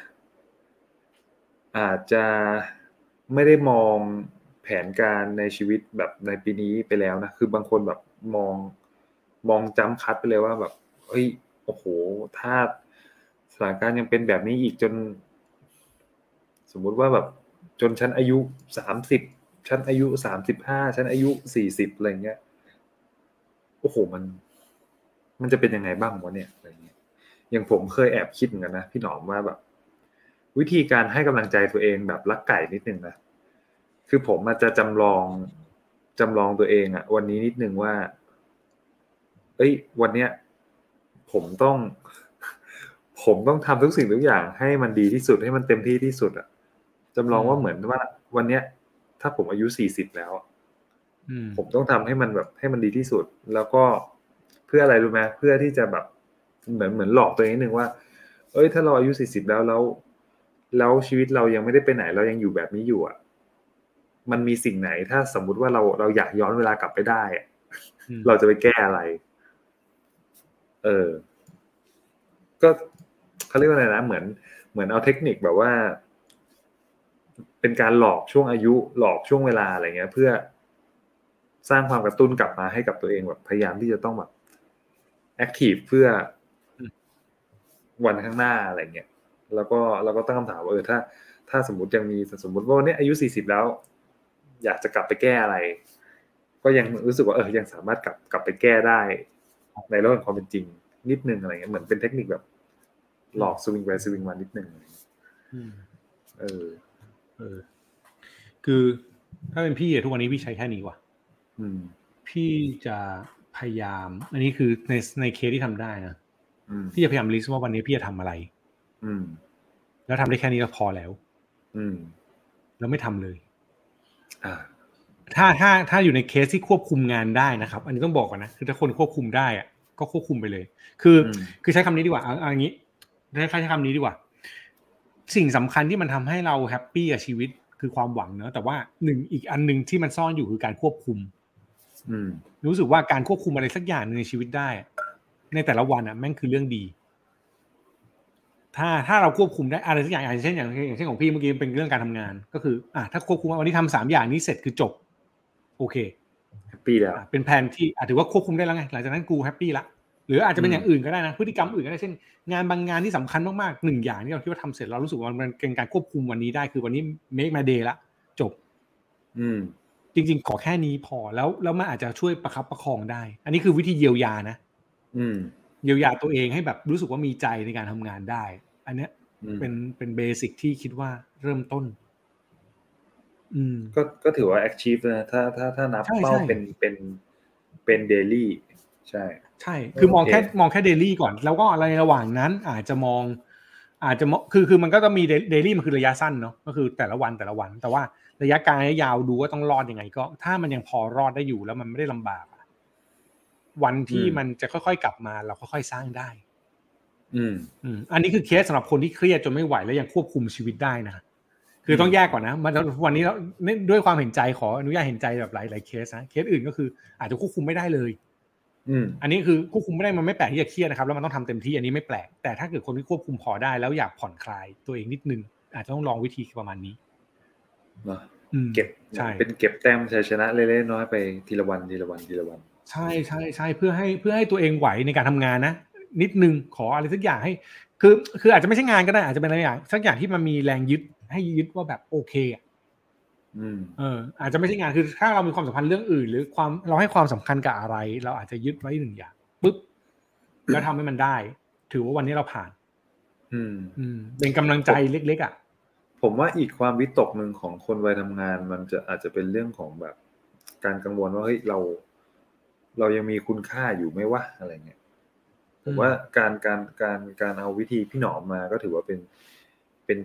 จะไม่ได้มองแผนการในชีวิตแบบในปีนี้ไปแล้วนะคือบางคนแบบมองจำคัดไปเลยว่าแบบเฮ้ยโอ้โหถ้าสถานการณ์ยังเป็นแบบนี้อีกจนสมมุติว่าแบบจนฉันอายุ30ฉันอายุ35ฉันอายุ40อะไรเงี้ยโอ้โหมันจะเป็นยังไงบ้างวะเนี่ยอะไรเงี้ยอย่างผมเคยแอบคิดเหมือนกันนะพี่หนอมว่าแบบวิธีการให้กำลังใจตัวเองแบบรักไก่นิดนึงนะคือผมอาจจะจำลองตัวเองอะวันนี้นิดนึงว่าเอ้ยวันเนี้ยผมต้องทำทุกสิ่งทุกอย่างให้มันดีที่สุดให้มันเต็มที่ที่สุดอะจำลองว่าเหมือนว่าวันเนี้ยถ้าผมอายุ40แล้วผมต้องทำให้มันแบบให้มันดีที่สุดแล้วก็เพื่ออะไรรู้ไหมเพื่อที่จะแบบเหมือนหลอกตัวเองนิดนึงว่าเอ้ยถ้าเราอายุ40แล้วชีวิตเรายังไม่ได้ไปไหนเรายังอยู่แบบนี้อยู่อ่ะมันมีสิ่งไหนถ้าสมมุติว่าเราอยากย้อนเวลากลับไปได้เราจะไปแก้อะไรก็เขาเรียกว่าอะไรนะเหมือนเอาเทคนิคแบบว่าเป็นการหลอกช่วงอายุหลอกช่วงเวลาอะไรเงี้ยเพื่อสร้างความกระตุ้นกลับมาให้กับตัวเองแบบพยายามที่จะต้องแบบแอคทีฟเพื่อวันข้างหน้าอะไรเงี้ยแล้วก็ตั้งคำถามว่าถ้าสมมติยังมีสมมติว่าเนี่ยอายุ40แล้วอยากจะกลับไปแก้อะไรก็ยังรู้สึกว่ายังสามารถกลับไปแก้ได้ในโลกแห่งความเป็นจริงนิดนึงอะไรเงี้ยเหมือนเป็นเทคนิคแบบหลอกสวิงไปสวิงมานิดนึงคือถ้าเป็นพี่ทุกวันนี้พี่ใช้แค่นี้ว่ะพี่จะพยายามอันนี้คือในเคสที่ทำได้นะพี่จะพยายามลิสต์ว่าวันนี้พี่จะทำอะไรแล้วทำได้แค่นี้ก็พอแล้วแล้วไม่ทำเลยถ้าอยู่ในเคสที่ควบคุมงานได้นะครับอันนี้ต้องบอกก่อนนะคือถ้าคนควบคุมได้อะก็ควบคุมไปเลยคือใช้คำนี้ดีกว่าเอาอย่างนี้ใช้คำนี้ดีกว่าสิ่งสำคัญที่มันทำให้เราแฮปปี้กับชีวิตคือความหวังเนอะแต่ว่าอีกอันนึงที่มันซ่อนอยู่คือการควบคุมรู้สึกว่าการควบคุมอะไรสักอย่างนึงในชีวิตได้ในแต่ละวันอ่ะแม่งคือเรื่องดีถ้าเราควบคุมได้อะไรสักอย่างอย่างเช่นของพี่เมื่อกี้เป็นเรื่องการทำงานก็คือถ้าควบคุมว่าวันนี้ทำ3อย่างนี้เสร็จคือจบโอเคแฮปปี้แล้วเป็นแผนที่ถือว่าควบคุมได้แล้วไงหลังจากนั้นกูแฮปปี้ละหรืออาจจะเป็นอย่างอื่นก็ได้นะพฤติกรรมอื่นก็ได้เช่นงานบางงานที่สำคัญมากๆ1อย่างที่เราคิดว่าทำเสร็จเรารู้สึกว่ามันเป็นการควบคุมวันนี้ได้คือวันนี้ make my day ละจบจริงๆขอแค่นี้พอแล้วมันอาจจะช่วยประคับประคองได้อันนี้คือวิธีเยียวยานะเยียวยาตัวเองให้แบบรู้สึกว่ามีใจในการทำงานได้อันเนี้ยเป็นเบสิกที่คิดว่าเริ่มต้นก็ถือว่า achieve นะถ้านับเป้าเป็น daily ใช่คือมองแค่ daily ก่อนแล้วก็อะไรระหว่างนั้นอาจจะคือมันก็ต้องมี daily มันคือระยะสั้นเนาะก็คือแต่ละวันแต่ว่าระยะกลางระยะยาวดูว่าต้องรอดยังไงก็ถ้ามันยังพอรอดได้อยู่แล้วมันไม่ได้ลำบากวันที่มันจะค่อยๆกลับมาเราค่อยๆสร้างได้อันนี้คือเคสสำหรับคนที่เครียดจนไม่ไหวแล้วยังควบคุมชีวิตได้นะคือต้องแยกก่อนนะวันนี้เราด้วยความเห็นใจขออนุญาตเห็นใจแบบหลายเคสนะเคสอื่นก็คืออาจจะควบคุมไม่ได้เลยอันนี้คือควบคุมไม่ได้มันไม่แปลกที่จะเครียดนะครับแล้วมันต้องทำเต็มที่อันนี้ไม่แปลกแต่ถ้าเกิดคนที่ควบคุมพอได้แล้วอยากผ่อนคลายตัวเองนิดนึงอาจจะต้องลองวิธีประมาณนี้เก็บเป็นเก็บแต้มชัยชนะเล็กๆน้อยไปทีละวันใช่ๆๆเพื่อให้ตัวเองไหวในการทำงานนะนิดนึงขออะไรสักอย่างให้คืออาจจะไม่ใช่งานก็ได้อาจจะเป็นอะไรอย่างสักอย่างที่มันมีแรงยึดให้ยึดว่าแบบโอเคอ่ะอาจจะไม่ใช่งานคือถ้าเรามีความสัมพันธ์เรื่องอื่นหรือเราให้ความสำคัญกับอะไรเราอาจจะยึดไว้หนึ่งอย่างปุ๊บแล้วทำให้มันได้ถือว่าวันนี้เราผ่านเป็นกำลังใจเล็กๆอ่ะผมว่าอีกความวิตกหนึ่งของคนวัยทำงานมันอาจจะเป็นเรื่องของแบบการกังวลว่าเฮ้ยเรายังมีคุณค่าอยู่ไหมวะอะไรเงี้ยผมว่าการเอาวิธีพี่หนอมมาก็ถือว่าเป็น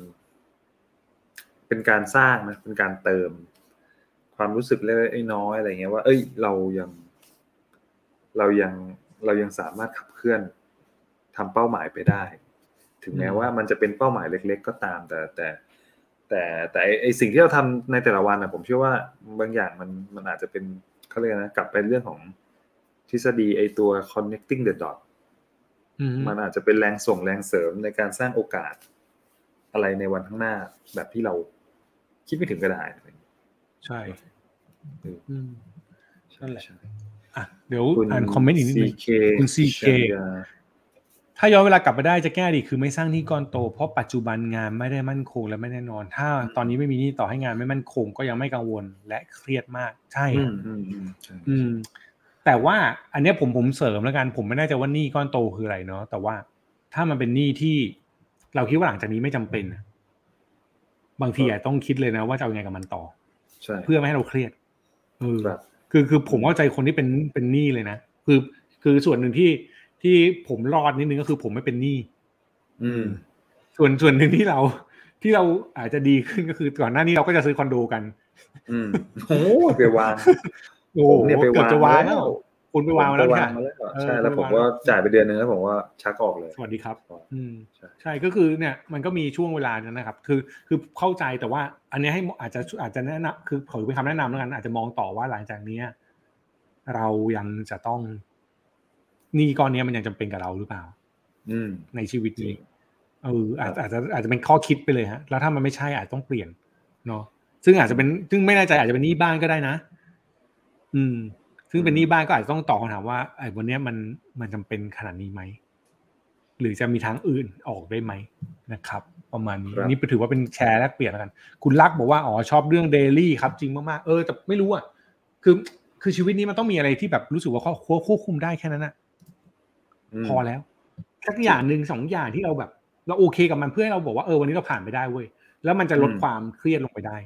การสร้างนะเป็นการเติมความรู้สึกเล็กๆน้อยๆอะไรเงี้ยว่าเอ้ยเรายังสามารถขับเคลื่อนทำเป้าหมายไปได้ถึงแม้ว่ามันจะเป็นเป้าหมายเล็กๆก็ตามแต่ไอสิ่งที่เราทำในแต่ละวันนะผมเชื่อว่าบางอย่างมันอาจจะเป็นเขาเรียกนะกลับไปเรื่องของทฤษฎีไอตัว connecting the dot มันอาจจะเป็นแรงส่งแรงเสริมในการสร้างโอกาสอะไรในวันข้างหน้าแบบที่เราคิดไม่ถึงก็ได้ใช่นั่นแหละอ่ะเดี๋ยวอ่านคอมเมนต์อีกนิดนึงคุณ CK ถ้าย้อนเวลากลับไปได้จะแก้ดีคือไม่สร้างหนี้ก้อนโตเพราะปัจจุบันงานไม่ได้มั่นคงและไม่แน่นอนถ้าตอนนี้ไม่มีหนี้ต่อให้งานไม่มั่นคงก็ยังไม่กังวลและเครียดมากใช่แต่ว่าอันนี้ผมเสริมแล้วกันผมไม่แน่ใจว่าหนี้ก้อนโตคืออะไรเนาะแต่ว่าถ้ามันเป็นหนี้ที่เราคิดว่าหลังจากนี้ไม่จำเป็นบางทีอาจต้องคิดเลยนะว่าจะเอายังไงกับมันต่อเพื่อไม่ให้เราเครียดคือผมเข้าใจคนที่เป็นหนี้เลยนะคือส่วนหนึ่งที่ผมรอดนิดนึงก็คือผมไม่เป็นหนี้ส่วนหนึ่งที่เราอาจจะดีขึ้นก็คือก่อนหน้านี้เราก็จะซื้อคอนโดกันโอ้ไปวางผมเนี่ยไปวางแล้วคุณไปวางแล้วใช่แล้วผมก็จ่ายไปเดือนนึงแล้วผมว่าชักออกเลยสวัสดีครับใช่ก็คือเนี่ยมันก็มีช่วงเวลานั้นนะครับคือเข้าใจแต่ว่าอันนี้ให้อาจจะแนะนำคือขอเป็นคำแนะนำแล้วกันอาจจะมองต่อว่าหลังจากนี้เรายังจะต้องหนี้ก้อนนี้มันยังจำเป็นกับเราหรือเปล่าในชีวิตนี้อาจจะเป็นข้อคิดไปเลยฮะแล้วถ้ามันไม่ใช่อาจต้องเปลี่ยนเนาะซึ่งไม่แน่ใจอาจจะเป็นหนี้บ้านก็ได้นะซึ่งเป็นหนี้บ้านก็อาจจะต้องตอบคำถามว่าไอ้วันนี้มันจำเป็นขนาดนี้ไหมหรือจะมีทางอื่นออกได้ไหมนะครับประมาณนี้นี่ถือว่าเป็นแชร์แลกเปลี่ยนแล้วกันคุณลักบอกว่าชอบเรื่องเดลี่ครับจริงมากๆแต่ไม่รู้อ่ะคือชีวิตนี้มันต้องมีอะไรที่แบบรู้สึกว่าควบคุมได้แค่นั้นน่ะพอแล้วสักอย่างนึง2อย่างที่เราแบบเราโอเคกับมันเพื่อให้เราบอกว่าวันนี้เราผ่านไปได้เว้ยแล้วมันจะลดความเครียดลงไปได้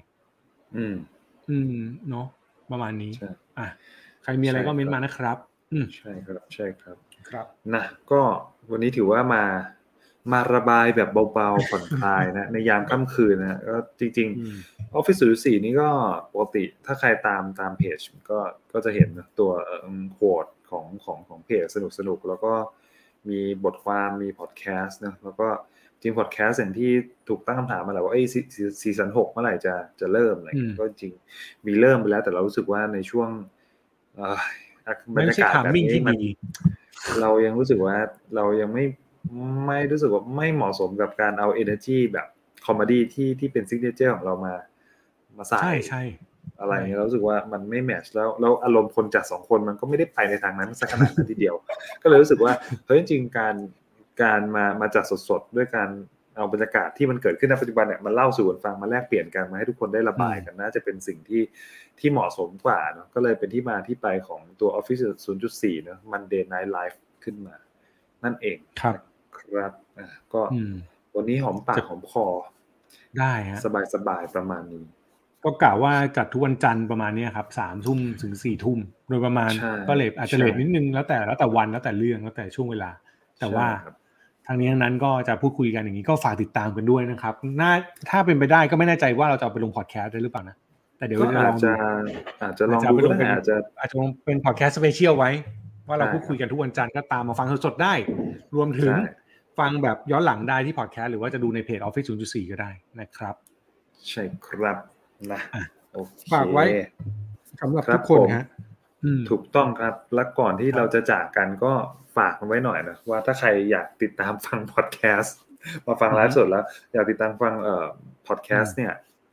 เนาะประมาณนี้อ่ะใครมีอะไรก็เม้นมานะครับใช่ครับนะก็วันนี้ถือว่ามาระบายแบบเบาๆผ่อนคลายนะในยามค่ำคืนนะก็จริงๆ Office 04นี่ก็ปกติถ้าใครตามเพจก็จะเห็นตัวโค้ดของเพจสนุกแล้วก็มีบทความมีพอดแคสต์นะแล้วก็จริงพอดแคสต์อย่างที่ถูกตั้งคำถามมาแหละว่าซีซั่น6เมื่อไหร่จะเริ่มอะไรก็จริงมีเริ่มไปแล้วแต่เรารู้สึกว่าในช่วงบรรยากาศแบบนี้เรายังรู้สึกว่าเรายังไม่รู้สึกว่าไม่เหมาะสมกับการเอา energy แบบคอมเมดี้ที่เป็นซิกเนเจอร์ของเรามาใส่อะไรเงี้ยเรารู้สึกว่ามันไม่แมทช์แล้วอารมณ์คนจัด2คนมันก็ไม่ได้ไปในทางนั้นสักขนาดนั้นทีเดียวก็เลยรู้สึกว่าเฮ้ยจริงๆการมาจัดสดๆด้วยการเอาบรรยากาศที่มันเกิดขึ้นในปัจจุบันเนี่ยมันเล่าสู่กันฟังมาแลกเปลี่ยนกันมาให้ทุกคนได้ระบายกันน่าจะเป็นสิ่งที่เหมาะสมกว่าเนาะก็เลยเป็นที่มาที่ไปของตัว Office 0.4 เนาะ Monday Night Live ขึ้นมานั่นเองครับก็วันนี้หอมปากหอมคอได้ฮะสบายประมาณนี้ก็กล่าวว่าจัดทุกวันจันทร์ประมาณนี้ครับ 3:00 นถึง 4:00 นโดยประมาณก็เลทอาจจะเลทนิดนึงแล้วแต่วันแล้วแต่เรื่องแล้วแต่ช่วงเวลาแต่ว่าทางนี้ทั้งนั้นก็จะพูดคุยกันอย่างนี้ก็ฝากติดตามกันด้วยนะครับถ้าเป็นไปได้ก็ไม่แน่ใจว่าเราจะเอาไปลงพอดแคสต์ได้หรือเปล่านะแต่เดี๋ยวจะลองดูอาจจะลองดูก็ได้อาจจะลองเป็นพอดแคสต์สเปเชียลไว้ว่าเราพูดคุยกันทุกวันจันทร์ก็ตามมาฟังสดๆได้รวมถึงฟังแบบย้อนหลังได้ที่พอดแคสต์หรือว่าจะดูในเพจ Office 0.4 ก็ได้นะครับใช่ครับนะฝากไว้สำหรับทุกคนฮะถูกต้องครับและก่อนที่เราจะจากกันก็ฝากไว้หน่อยนะว่าถ้าใครอยากติดตามฟังพอดแคสต์มาฟังไลฟ์สดแล้วอยากติดตามฟังพอดแคสต์เนี่ย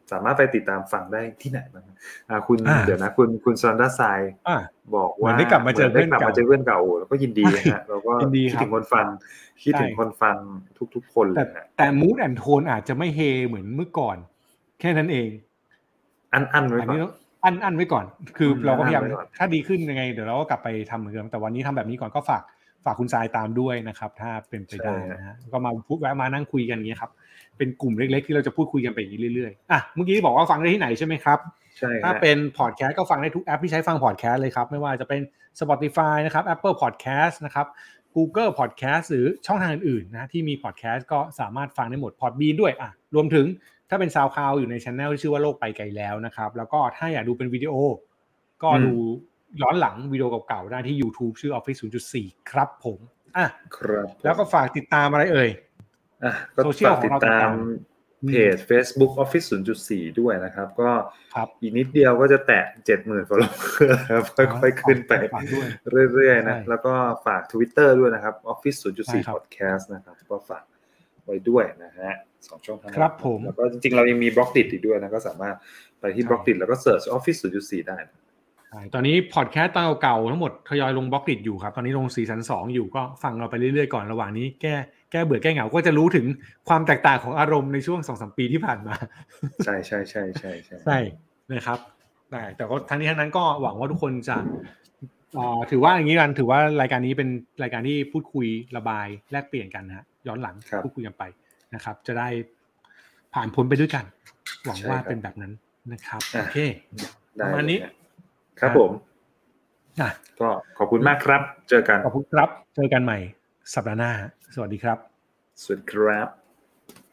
สามารถไปติดตามฟังได้ที่ไหนบ้างคุณเดี๋ยวนะคุณซอนด้าไซบอกว่าได้กลับมาเจอเพื่อนเก่าแล้วก็ยินดีฮะเราก็คิดถึงคนฟังทุกคนเลยแต่ mood and tone อาจจะไม่เฮเหมือนเมื่อก่อนแค่นั้นเองอันไว้ก่อนอันไว้ก่อนคือเราก็พยายามถ้าดีขึ้นยังไงเดี๋ยวเราก็กลับไปทำเหมือนเดิมแต่วันนี้ทำแบบนี้ก่อนก็ฝากคุณทรายตามด้วยนะครับถ้าเป็นไปได้นะฮะก็มาพูดแวะมานั่งคุยกันอย่างเงี้ยครับเป็นกลุ่มเล็กๆที่เราจะพูดคุยกันไปอย่างนี้เรื่อยๆเมื่อกี้บอกว่าฟังได้ที่ไหนใช่ไหมครับใช่ถ้าเป็นพอดแคสต์ก็ฟังได้ทุกแอปที่ใช้ฟังพอดแคสต์เลยครับไม่ว่าจะเป็น Spotify นะครับ Apple Podcast นะครับ Google Podcast หรือช่องทางอื่นๆนะที่มีพอดแคสต์ก็สามารถฟังได้หมด Podbean ด้วยรวมถึงถ้าเป็น SoundCloud อยู่ใน channel ที่ชื่อว่าโลกไปไกลแล้วนะครับแล้วก็ถ้าอยากดูเป็นวิดีโอก็ดูย้อนหลังวิดีโอเก่าๆได้ที่ YouTube ชื่อ Office 0.4 ครับผมครับแล้วก็ฝากติดตามอะไรเอ่ยก็ฝากติดตามเพจ Facebook Office 0.4 ด้วยนะครับก็อีกนิดเดียวก็จะแตะ 70,000 follower ครับค่อยๆขึ้นไปเรื่อยๆนะแล้วก็ฝาก Twitter ด้วยนะครับ Office 0.4 Podcast นะครับก็ฝากไว้ด้วยนะฮะ2ช่องทางครับผมแล้วก็จริงๆเรายังมี Blockdit อีกด้วยนะก็สามารถไปที่ Blockdit แล้วก็ Search Office 0.4 ได้ตอนนี้พอดแคสต์ตอนเก่าๆทั้งหมดทยอยลง Blockdit อยู่ครับตอนนี้ลงซีซั่น2อยู่ก็ฟังเราไปเรื่อยๆก่อนระหว่างนี้แก้เบื่อแก้เหงาก็จะรู้ถึงความแตกต่างของอารมณ์ในช่วง 2-3 ปีที่ผ่านมาใช่ใช่นะครับได้แต่ก็ทั้งนี้ทั้งนั้นก็หวังว่าทุกคนจะถือว่าอย่างนี้กันถือว่ารายการนี้เป็นรายการที่พูดคุยระบายแลกเปลี่ยนกันนะฮะย้อนหลังพูดคุยกันไปนะครับจะได้ผ่านพ้นไปด้วยกันหวังว่าเป็นแบบนั้นนะครับโอเคประมาณนี้ครับผมก็ขอบคุณมากครับเจอกันขอบคุณครับเจอกันใหม่สัปดาห์หน้าสวัสดีครับสวัสดีครับ